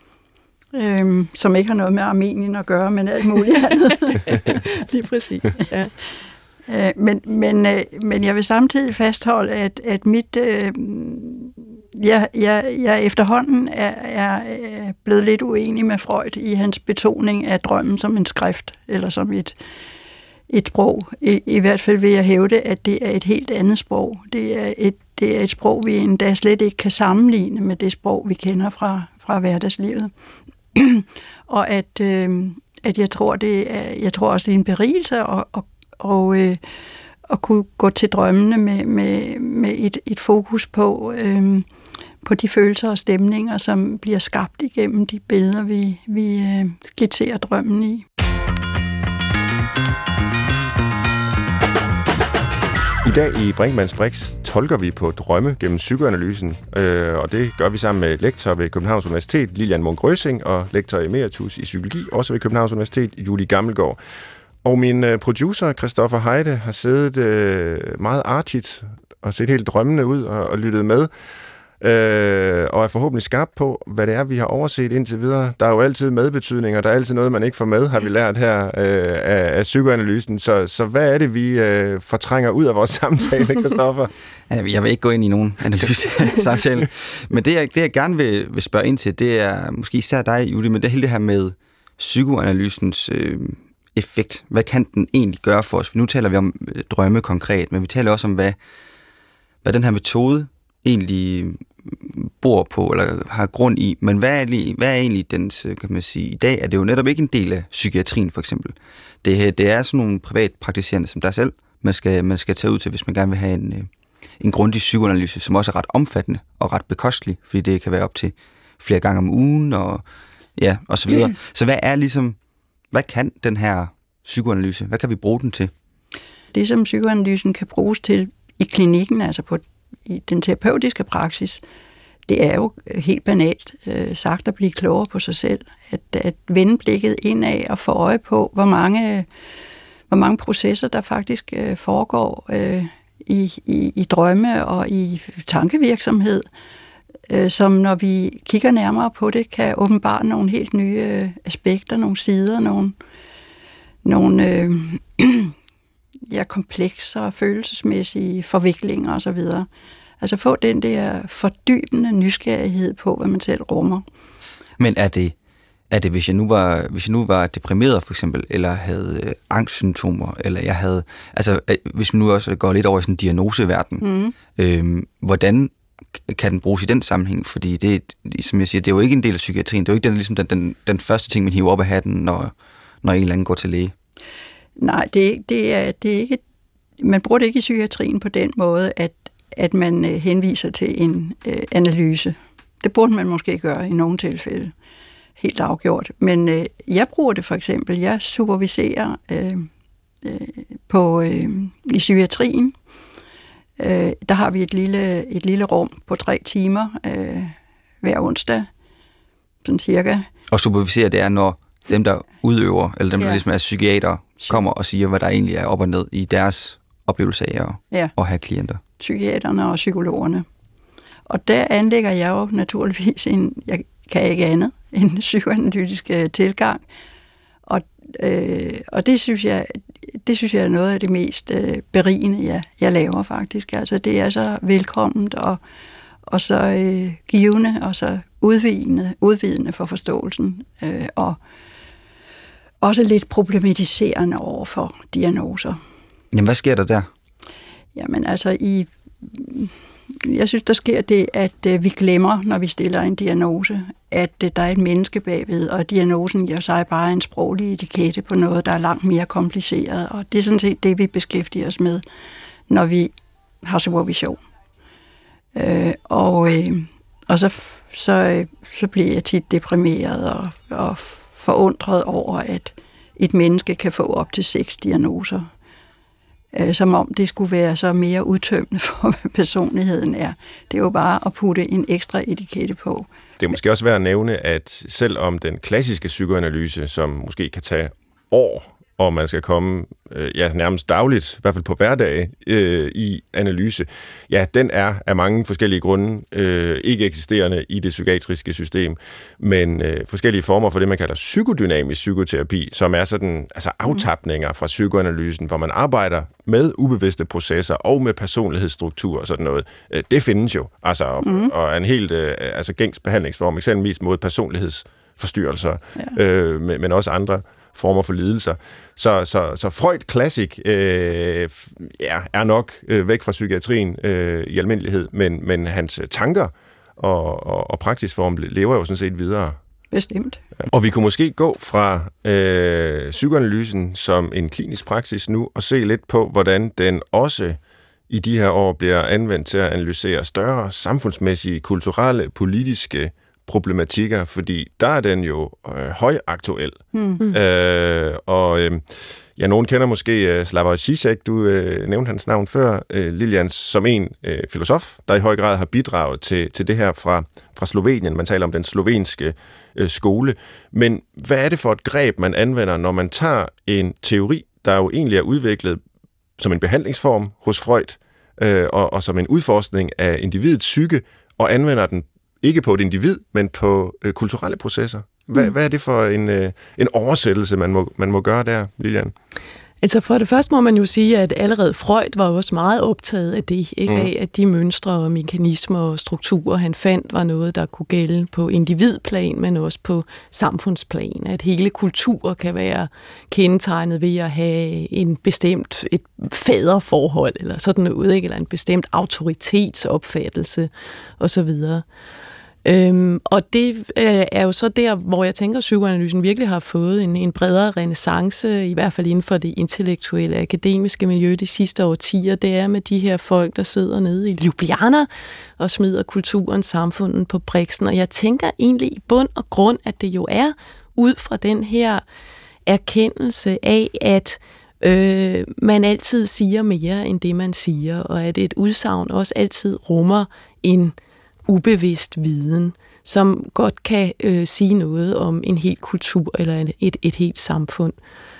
Øhm, som ikke har noget med Armenien at gøre, men alt muligt andet. Lige præcis, ja. Øh, men, men, øh, men jeg vil samtidig fastholde, at, at mit, øh, jeg, jeg, jeg efterhånden er, er blevet lidt uenig med Freud i hans betoning af drømmen som en skrift, eller som et, et sprog. I, I hvert fald vil jeg hævde, at det er et helt andet sprog. Det er et, det er et sprog, vi endda slet ikke kan sammenligne med det sprog, vi kender fra, fra hverdagslivet. Og at, øh, at jeg tror, det er, jeg tror også, det er en berigelse og, og og øh, at kunne gå til drømmene med, med, med et, et fokus på, øh, på de følelser og stemninger, som bliver skabt igennem de billeder, vi, vi øh, skitserer drømmen i. I dag i Brinkmanns Brix tolker vi på drømme gennem psykoanalysen, øh, og det gør vi sammen med lektor ved Københavns Universitet, Lilian Munch-Røsing, og lektor emeritus i psykologi, også ved Københavns Universitet, Julie Gammelgaard. Og min producer, Christoffer Heide, har siddet øh, meget artigt og set helt drømmende ud og, og lyttet med, øh, og er forhåbentlig skarp på, hvad det er, vi har overset indtil videre. Der er jo altid medbetydninger, der er altid noget, man ikke får med, har vi lært her øh, af, af psykoanalysen. Så, så hvad er det, vi øh, fortrænger ud af vores samtale, Christoffer? Jeg vil ikke gå ind i nogen analyse samtale, men det jeg, det, jeg gerne vil, vil spørge ind til, det er måske især dig, Julie, men det er hele det her med psykoanalysens øh, effekt. Hvad kan den egentlig gøre for os? For nu taler vi om drømme konkret, men vi taler også om, hvad, hvad den her metode egentlig bor på, eller har grund i, men hvad er, egentlig, hvad er egentlig dens, kan man sige, i dag er det jo netop ikke en del af psykiatrien, for eksempel. Det, det er sådan nogle privatpraktiserende som dig selv, man skal, man skal tage ud til, hvis man gerne vil have en, en grundig psykoanalyse, som også er ret omfattende og ret bekostelig, fordi det kan være op til flere gange om ugen, og ja, og så videre. Mm. Så hvad er ligesom, hvad kan den her psykoanalyse, hvad kan vi bruge den til? Det, som psykoanalysen kan bruges til i klinikken, altså på i den terapeutiske praksis, det er jo helt banalt øh, sagt at blive klogere på sig selv. At, at vende blikket indad og få øje på, hvor mange, hvor mange processer, der faktisk øh, foregår øh, i, i, i drømme og i tankevirksomhed, øh, som når vi kigger nærmere på det, kan åbenbare nogle helt nye øh, aspekter, nogle sider, nogle, nogle øh, ja, komplekser, følelsesmæssige forviklinger osv. Altså få den der fordybende nysgerrighed på, hvad man selv rummer. Men er det, er det hvis, jeg nu var, hvis jeg nu var deprimeret for eksempel, eller havde øh, angstsymptomer, eller jeg havde, altså øh, hvis man nu også går lidt over i sådan en diagnoseverden, mm. øh, hvordan kan den bruges i den sammenhæng? Fordi det, som jeg siger, det er jo ikke en del af psykiatrien, det er jo ikke den, ligesom den, den, den første ting, man hiver op af hatten, når, når en eller anden går til læge. Nej, det, det, er, det er ikke, man bruger det ikke i psykiatrien på den måde, at at man øh, henviser til en øh, analyse. Det burde man måske gøre i nogle tilfælde. Helt afgjort. Men øh, jeg bruger det for eksempel. Jeg superviserer øh, øh, på, øh, i psykiatrien. Øh, der har vi et lille, et lille rum på tre timer øh, hver onsdag. Sådan cirka. Og supervisere, det er, når dem, der udøver, eller dem, ja. der ligesom er psykiater, kommer og siger, hvad der egentlig er op og ned i deres oplevelse af at, ja. at have klienter. Psykiaterne og psykologerne. Og der anlægger jeg jo naturligvis en, jeg kan ikke andet, en psykoanalytisk tilgang. Og, øh, og det synes jeg, det synes jeg er noget af det mest øh, berigende, jeg, jeg laver faktisk. Altså det er så velkomment og, og så øh, givende og så udvidende, udvidende for forståelsen. Øh, og også lidt problematiserende over for diagnoser. Jamen, hvad sker der der? Jamen altså, i, jeg synes, der sker det, at øh, vi glemmer, når vi stiller en diagnose, at øh, der er et menneske bagved, og diagnosen jo sig bare en sproglig etikette på noget, der er langt mere kompliceret. Og det er sådan set det, vi beskæftiger os med, når vi har supervision. Øh, og øh, og så, så, øh, så bliver jeg tit deprimeret og, og forundret over, at et menneske kan få op til seks diagnoser. Som om det skulle være så mere udtømmende for, hvad personligheden er. Det er jo bare at putte en ekstra etikette på. Det er måske også værd at nævne, at selvom den klassiske psykoanalyse, som måske kan tage år, og man skal komme øh, ja, nærmest dagligt, i hvert fald på hverdag, øh, i analyse, ja, den er af mange forskellige grunde øh, ikke eksisterende i det psykiatriske system, men øh, forskellige former for det, man kalder psykodynamisk psykoterapi, som er sådan altså aftapninger fra psykoanalysen, hvor man arbejder med ubevidste processer og med personlighedsstruktur og sådan noget. Øh, det findes jo, altså, og, mm. og er en helt øh, altså gængs behandlingsform, eksempelvis mod personlighedsforstyrrelser, ja. øh, men, men også andre former for lidelser. Så, så, så Freud Classic øh, ja, er nok øh, væk fra psykiatrien øh, i almindelighed, men, men hans tanker og, og, og praksisform lever jo sådan set videre. Bestemt. Ja. Og vi kunne måske gå fra øh, psykoanalysen som en klinisk praksis nu og se lidt på, hvordan den også i de her år bliver anvendt til at analysere større samfundsmæssige, kulturelle, politiske problematikker, fordi der er den jo øh, højaktuel. Mm. Øh, og øh, ja, nogen kender måske øh, Slavoj Žižek, du øh, nævnte hans navn før, øh, Lilian, som en øh, filosof, der i høj grad har bidraget til, til det her fra, fra Slovenien. Man taler om den slovenske øh, skole. Men hvad er det for et greb, man anvender, når man tager en teori, der jo egentlig er udviklet som en behandlingsform hos Freud, øh, og, og som en udforskning af individets psyke, og anvender den ikke på et individ, men på øh, kulturelle processer. Hvad, mm. hvad er det for en, øh, en oversættelse, man må, man må gøre der, Lilian? Altså for det første må man jo sige, at allerede Freud var også meget optaget af det, ikke? Mm. Af, at de mønstre og mekanismer og strukturer, han fandt, var noget, der kunne gælde på individplan, men også på samfundsplan. At hele kultur kan være kendetegnet ved at have en bestemt et faderforhold, eller sådan noget, ikke? Eller en bestemt autoritetsopfattelse, osv. Øhm, og det øh, er jo så der, hvor jeg tænker, at psykoanalysen virkelig har fået en, en bredere renæssance, i hvert fald inden for det intellektuelle, akademiske miljø de sidste årtier. Det er med de her folk, der sidder nede i Ljubljana og smider kulturen, samfundet på briksen. Og jeg tænker egentlig i bund og grund, at det jo er ud fra den her erkendelse af, at øh, man altid siger mere end det, man siger, og at et udsagn også altid rummer en ubevidst viden, som godt kan øh, sige noget om en hel kultur eller et, et helt samfund.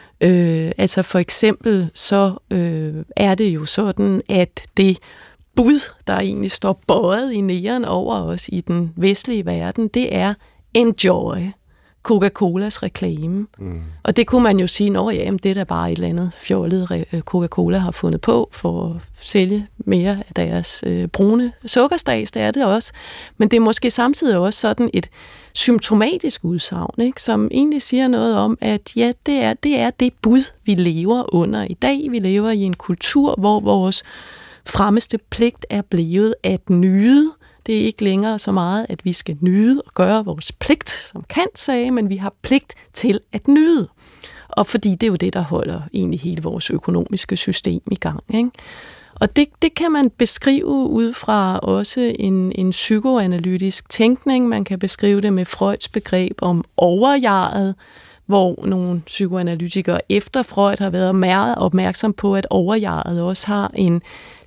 Øh, altså for eksempel så øh, er det jo sådan, at det bud, der egentlig står bøjet i næren over os i den vestlige verden, det er enjoy. Coca-Colas reklame. Mm. Og det kunne man jo sige, at ja, det er da bare et eller andet fjollet Coca-Cola har fundet på for at sælge mere af deres øh, brune sukkerstads, det er det også. Men det er måske samtidig også sådan et symptomatisk udsagn, ikke, som egentlig siger noget om, at ja, det er, det er det bud, vi lever under i dag. Vi lever i en kultur, hvor vores fremmeste pligt er blevet at nyde. Det er ikke længere så meget, at vi skal nyde og gøre vores pligt, som Kant sagde, men vi har pligt til at nyde. Og fordi det er jo det, der holder egentlig hele vores økonomiske system i gang, ikke? Og det, det kan man beskrive ud fra også en, en psykoanalytisk tænkning. Man kan beskrive det med Freuds begreb om overjeget, hvor nogle psykoanalytikere efter Freud har været meget opmærksom på, at overjeget også har en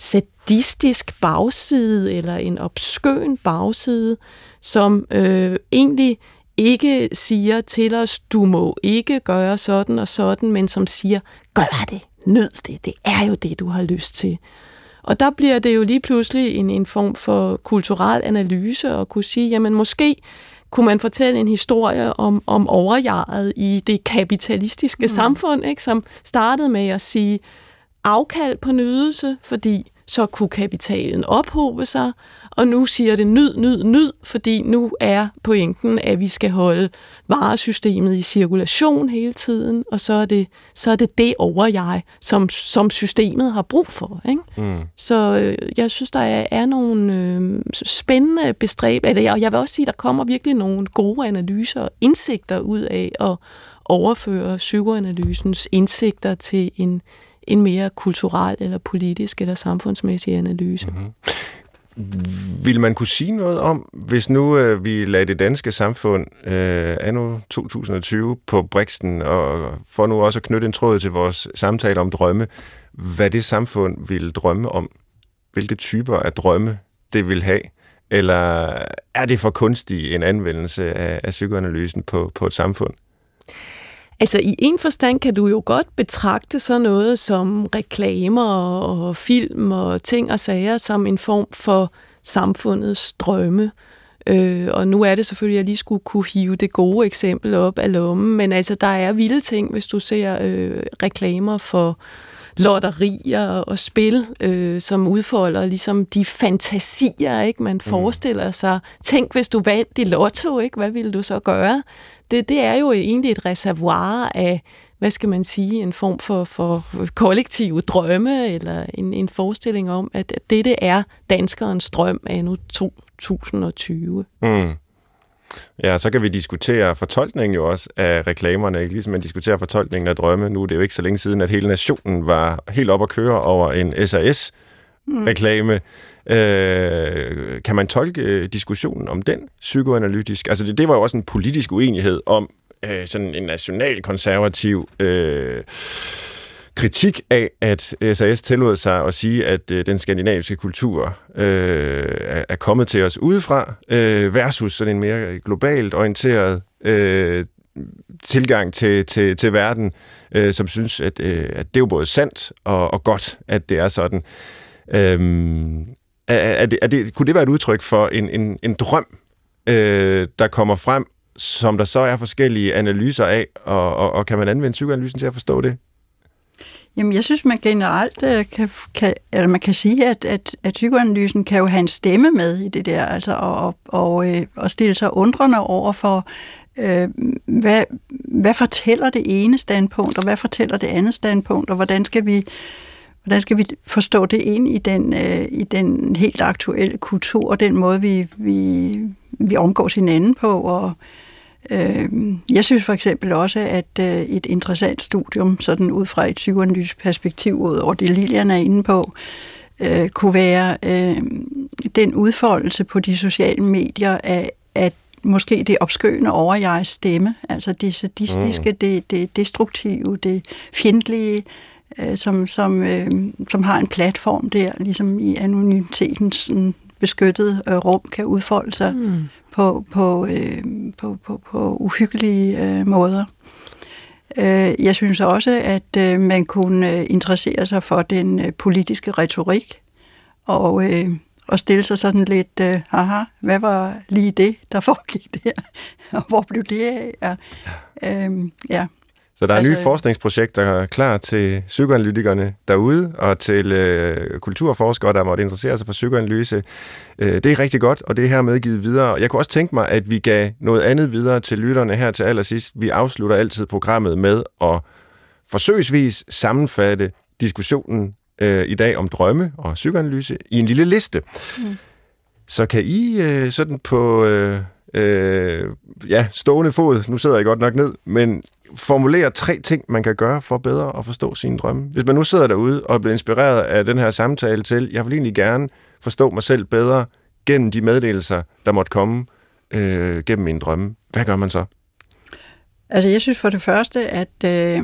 sadistisk bagside eller en obskøn bagside, som øh, egentlig ikke siger til os, du må ikke gøre sådan og sådan, men som siger, gør det, nyd det, det er jo det, du har lyst til. Og der bliver det jo lige pludselig en, en form for kulturel analyse og kunne sige, jamen måske kunne man fortælle en historie om, om overjeget i det kapitalistiske mm. samfund, ikke, som startede med at sige afkald på nydelse, fordi så kunne kapitalen ophobe sig, og nu siger det nyd, nyd, nyd, fordi nu er pointen, at vi skal holde varesystemet i cirkulation hele tiden, og så er det så er det, det overjeg, som, som systemet har brug for. Ikke? Mm. Så øh, jeg synes, der er, er nogle øh, spændende bestræbelser, og jeg vil også sige, der kommer virkelig nogle gode analyser og indsigter ud af at overføre psykoanalysens indsigter til en en mere kulturel eller politisk eller samfundsmæssig analyse. Mm-hmm. Vil man kunne sige noget om, hvis nu øh, vi lader det danske samfund øh, anno to tusind og tyve på briksen, og for nu også at knytte en tråd til vores samtale om drømme, hvad det samfund vil drømme om? Hvilke typer af drømme det vil have? Eller er det for kunstig en anvendelse af, af psykoanalysen på, på et samfund? Altså i en forstand kan du jo godt betragte sådan noget som reklamer og film og ting og sager som en form for samfundets drømme. Øh, og nu er det selvfølgelig, at jeg lige skulle kunne hive det gode eksempel op af lommen, men altså der er vilde ting, hvis du ser øh, reklamer for lotterier og spil, øh, som udfolder ligesom de fantasier, ikke, man forestiller sig. Tænk, hvis du vandt i lotto, ikke? Hvad ville du så gøre? Det, det er jo egentlig et reservoir af, hvad skal man sige, en form for, for kollektive drømme, eller en, en forestilling om, at dette er danskerens drøm af nu to tusind og tyve. Mm. Ja, så kan vi diskutere fortolkningen jo også af reklamerne, ikke? Ligesom man diskuterer fortolkningen af drømme. Nu er det jo ikke så længe siden, at hele nationen var helt op at køre over en S A S-reklame. Mm. Øh, kan man tolke diskussionen om den psykoanalytisk? Altså det, det var jo også en politisk uenighed om øh, sådan en nationalkonservativ øh, kritik af, at S A S tillod sig at sige, at øh, den skandinaviske kultur øh, er, er kommet til os udefra, øh, versus sådan en mere globalt orienteret øh, tilgang til, til, til verden, øh, som synes, at, øh, at det er jo både sandt og, og godt, at det er sådan. Øh, er, er det, er det, kunne det være et udtryk for en, en, en drøm, øh, der kommer frem, som der så er forskellige analyser af, og, og, og kan man anvende psykoanalysen til at forstå det? Jamen, jeg synes, man generelt øh, kan, kan, eller man kan sige, at, at, at psykoanalysen kan jo have en stemme med i det der, altså, og, og, øh, og stille sig undrende over for, øh, hvad, hvad fortæller det ene standpunkt, og hvad fortæller det andet standpunkt, og hvordan skal vi, hvordan skal vi forstå det ind i den, øh, i den helt aktuelle kultur, og den måde, vi, vi, vi omgås hinanden på, og jeg synes for eksempel også, at et interessant studium, sådan ud fra et psykoanalytisk perspektiv, ud over det Lilian er inde på, kunne være den udfoldelse på de sociale medier af, at måske det opskøende over jeres stemme, altså det sadistiske, mm. det, det destruktive, det fjendtlige, som, som, som har en platform der, ligesom i anonymitetens beskyttede rum, kan udfolde sig. Mm. På, på, øh, på, på, på uhyggelige øh, måder. Øh, jeg synes også, at øh, man kunne interessere sig for den øh, politiske retorik, og, øh, og stille sig sådan lidt, øh, haha, hvad var lige det, der foregik der? Og hvor blev det af? Ja. Øh, ja. Så der er altså, nye forskningsprojekter, der er klar til psykoanalytikerne derude, og til øh, kulturforskere, der måtte interessere sig for psykoanalyse. Øh, det er rigtig godt, og det er hermed givet videre. Jeg kunne også tænke mig, at vi gav noget andet videre til lytterne her til allersidst. Vi afslutter altid programmet med at forsøgsvis sammenfatte diskussionen øh, i dag om drømme og psykoanalyse i en lille liste. Mm. Så kan I øh, sådan på øh, øh, ja, stående fod, nu sidder jeg godt nok ned, men formulere tre ting, man kan gøre for bedre at forstå sine drømme. Hvis man nu sidder derude og bliver inspireret af den her samtale til, jeg vil egentlig gerne forstå mig selv bedre gennem de meddelelser, der måtte komme øh, gennem mine drømme. Hvad gør man så? Altså, jeg synes for det første, at øh,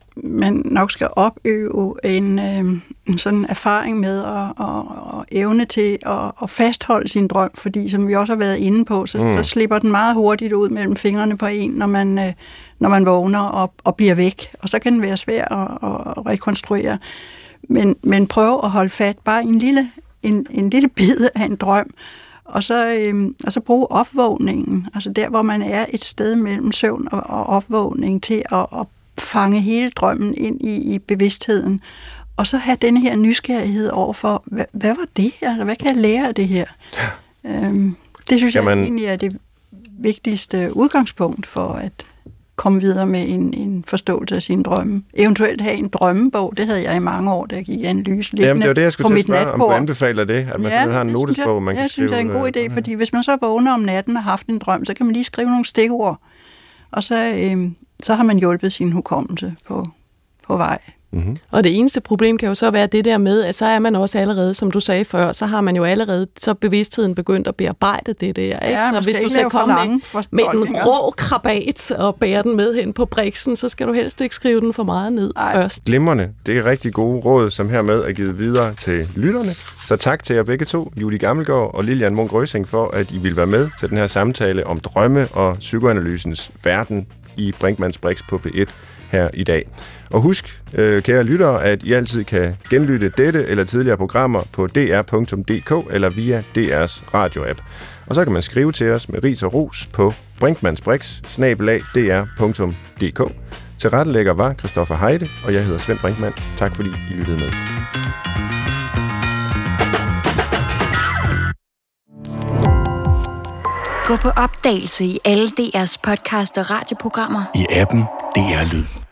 man nok skal opøve en, øh, en sådan erfaring med at, at, at evne til at, at fastholde sin drøm, fordi som vi også har været inde på, så, mm. så slipper den meget hurtigt ud mellem fingrene på en, når man, øh, når man vågner og, og bliver væk. Og så kan den være svær at, at rekonstruere. Men, men prøv at holde fat bare en lille, en, en lille bid af en drøm, og så, øhm, og så bruge opvågningen, altså der, hvor man er et sted mellem søvn og, og opvågning, til at, at fange hele drømmen ind i, i bevidstheden, og så have denne her nysgerrighed over for, hvad, hvad var det her, eller hvad kan jeg lære af det her? Ja. Øhm, det synes Skal jeg man... egentlig er det vigtigste udgangspunkt for at komme videre med en, en forståelse af sine drømme. Eventuelt have en drømmebog, det havde jeg i mange år, da jeg gik i analyse, liggende. Jamen, det var det, jeg skulle til at spørge, om du anbefaler det, at man ja, simpelthen har en notesbog, man kan jeg skrive. Jeg synes, det er en god idé, fordi hvis man så vågner om natten og har haft en drøm, så kan man lige skrive nogle stikord, og så, øh, så har man hjulpet sin hukommelse på, på vej. Mm-hmm. Og det eneste problem kan jo så være det der med, at så er man også allerede, som du sagde før, så har man jo allerede så bevidstheden begyndt at bearbejde det der. Ikke? Ja, så hvis du skal komme med, med en rå krabat og bære den med hen på briksen, så skal du helst ikke skrive den for meget ned Ej. først. Glimrende. Det er rigtig gode råd, som hermed er givet videre til lytterne. Så tak til jer begge to, Julie Gammelgaard og Lilian Munk Røsing, for at I vil være med til den her samtale om drømme og psykoanalysens verden i Brinkmanns Brix på P et her i dag. Og husk, øh, kære lyttere, at I altid kan genlytte dette eller tidligere programmer på d r punktum d k eller via D R's radioapp. Og så kan man skrive til os med ris og ros på brinkmannsbrix snabel-a d r punktum d k. Tilrettelægger var Christoffer Heide, og jeg hedder Svend Brinkmann. Tak fordi I lyttede med. Gå på opdagelse i alle D R's podcast og radioprogrammer. I appen D R Lyd.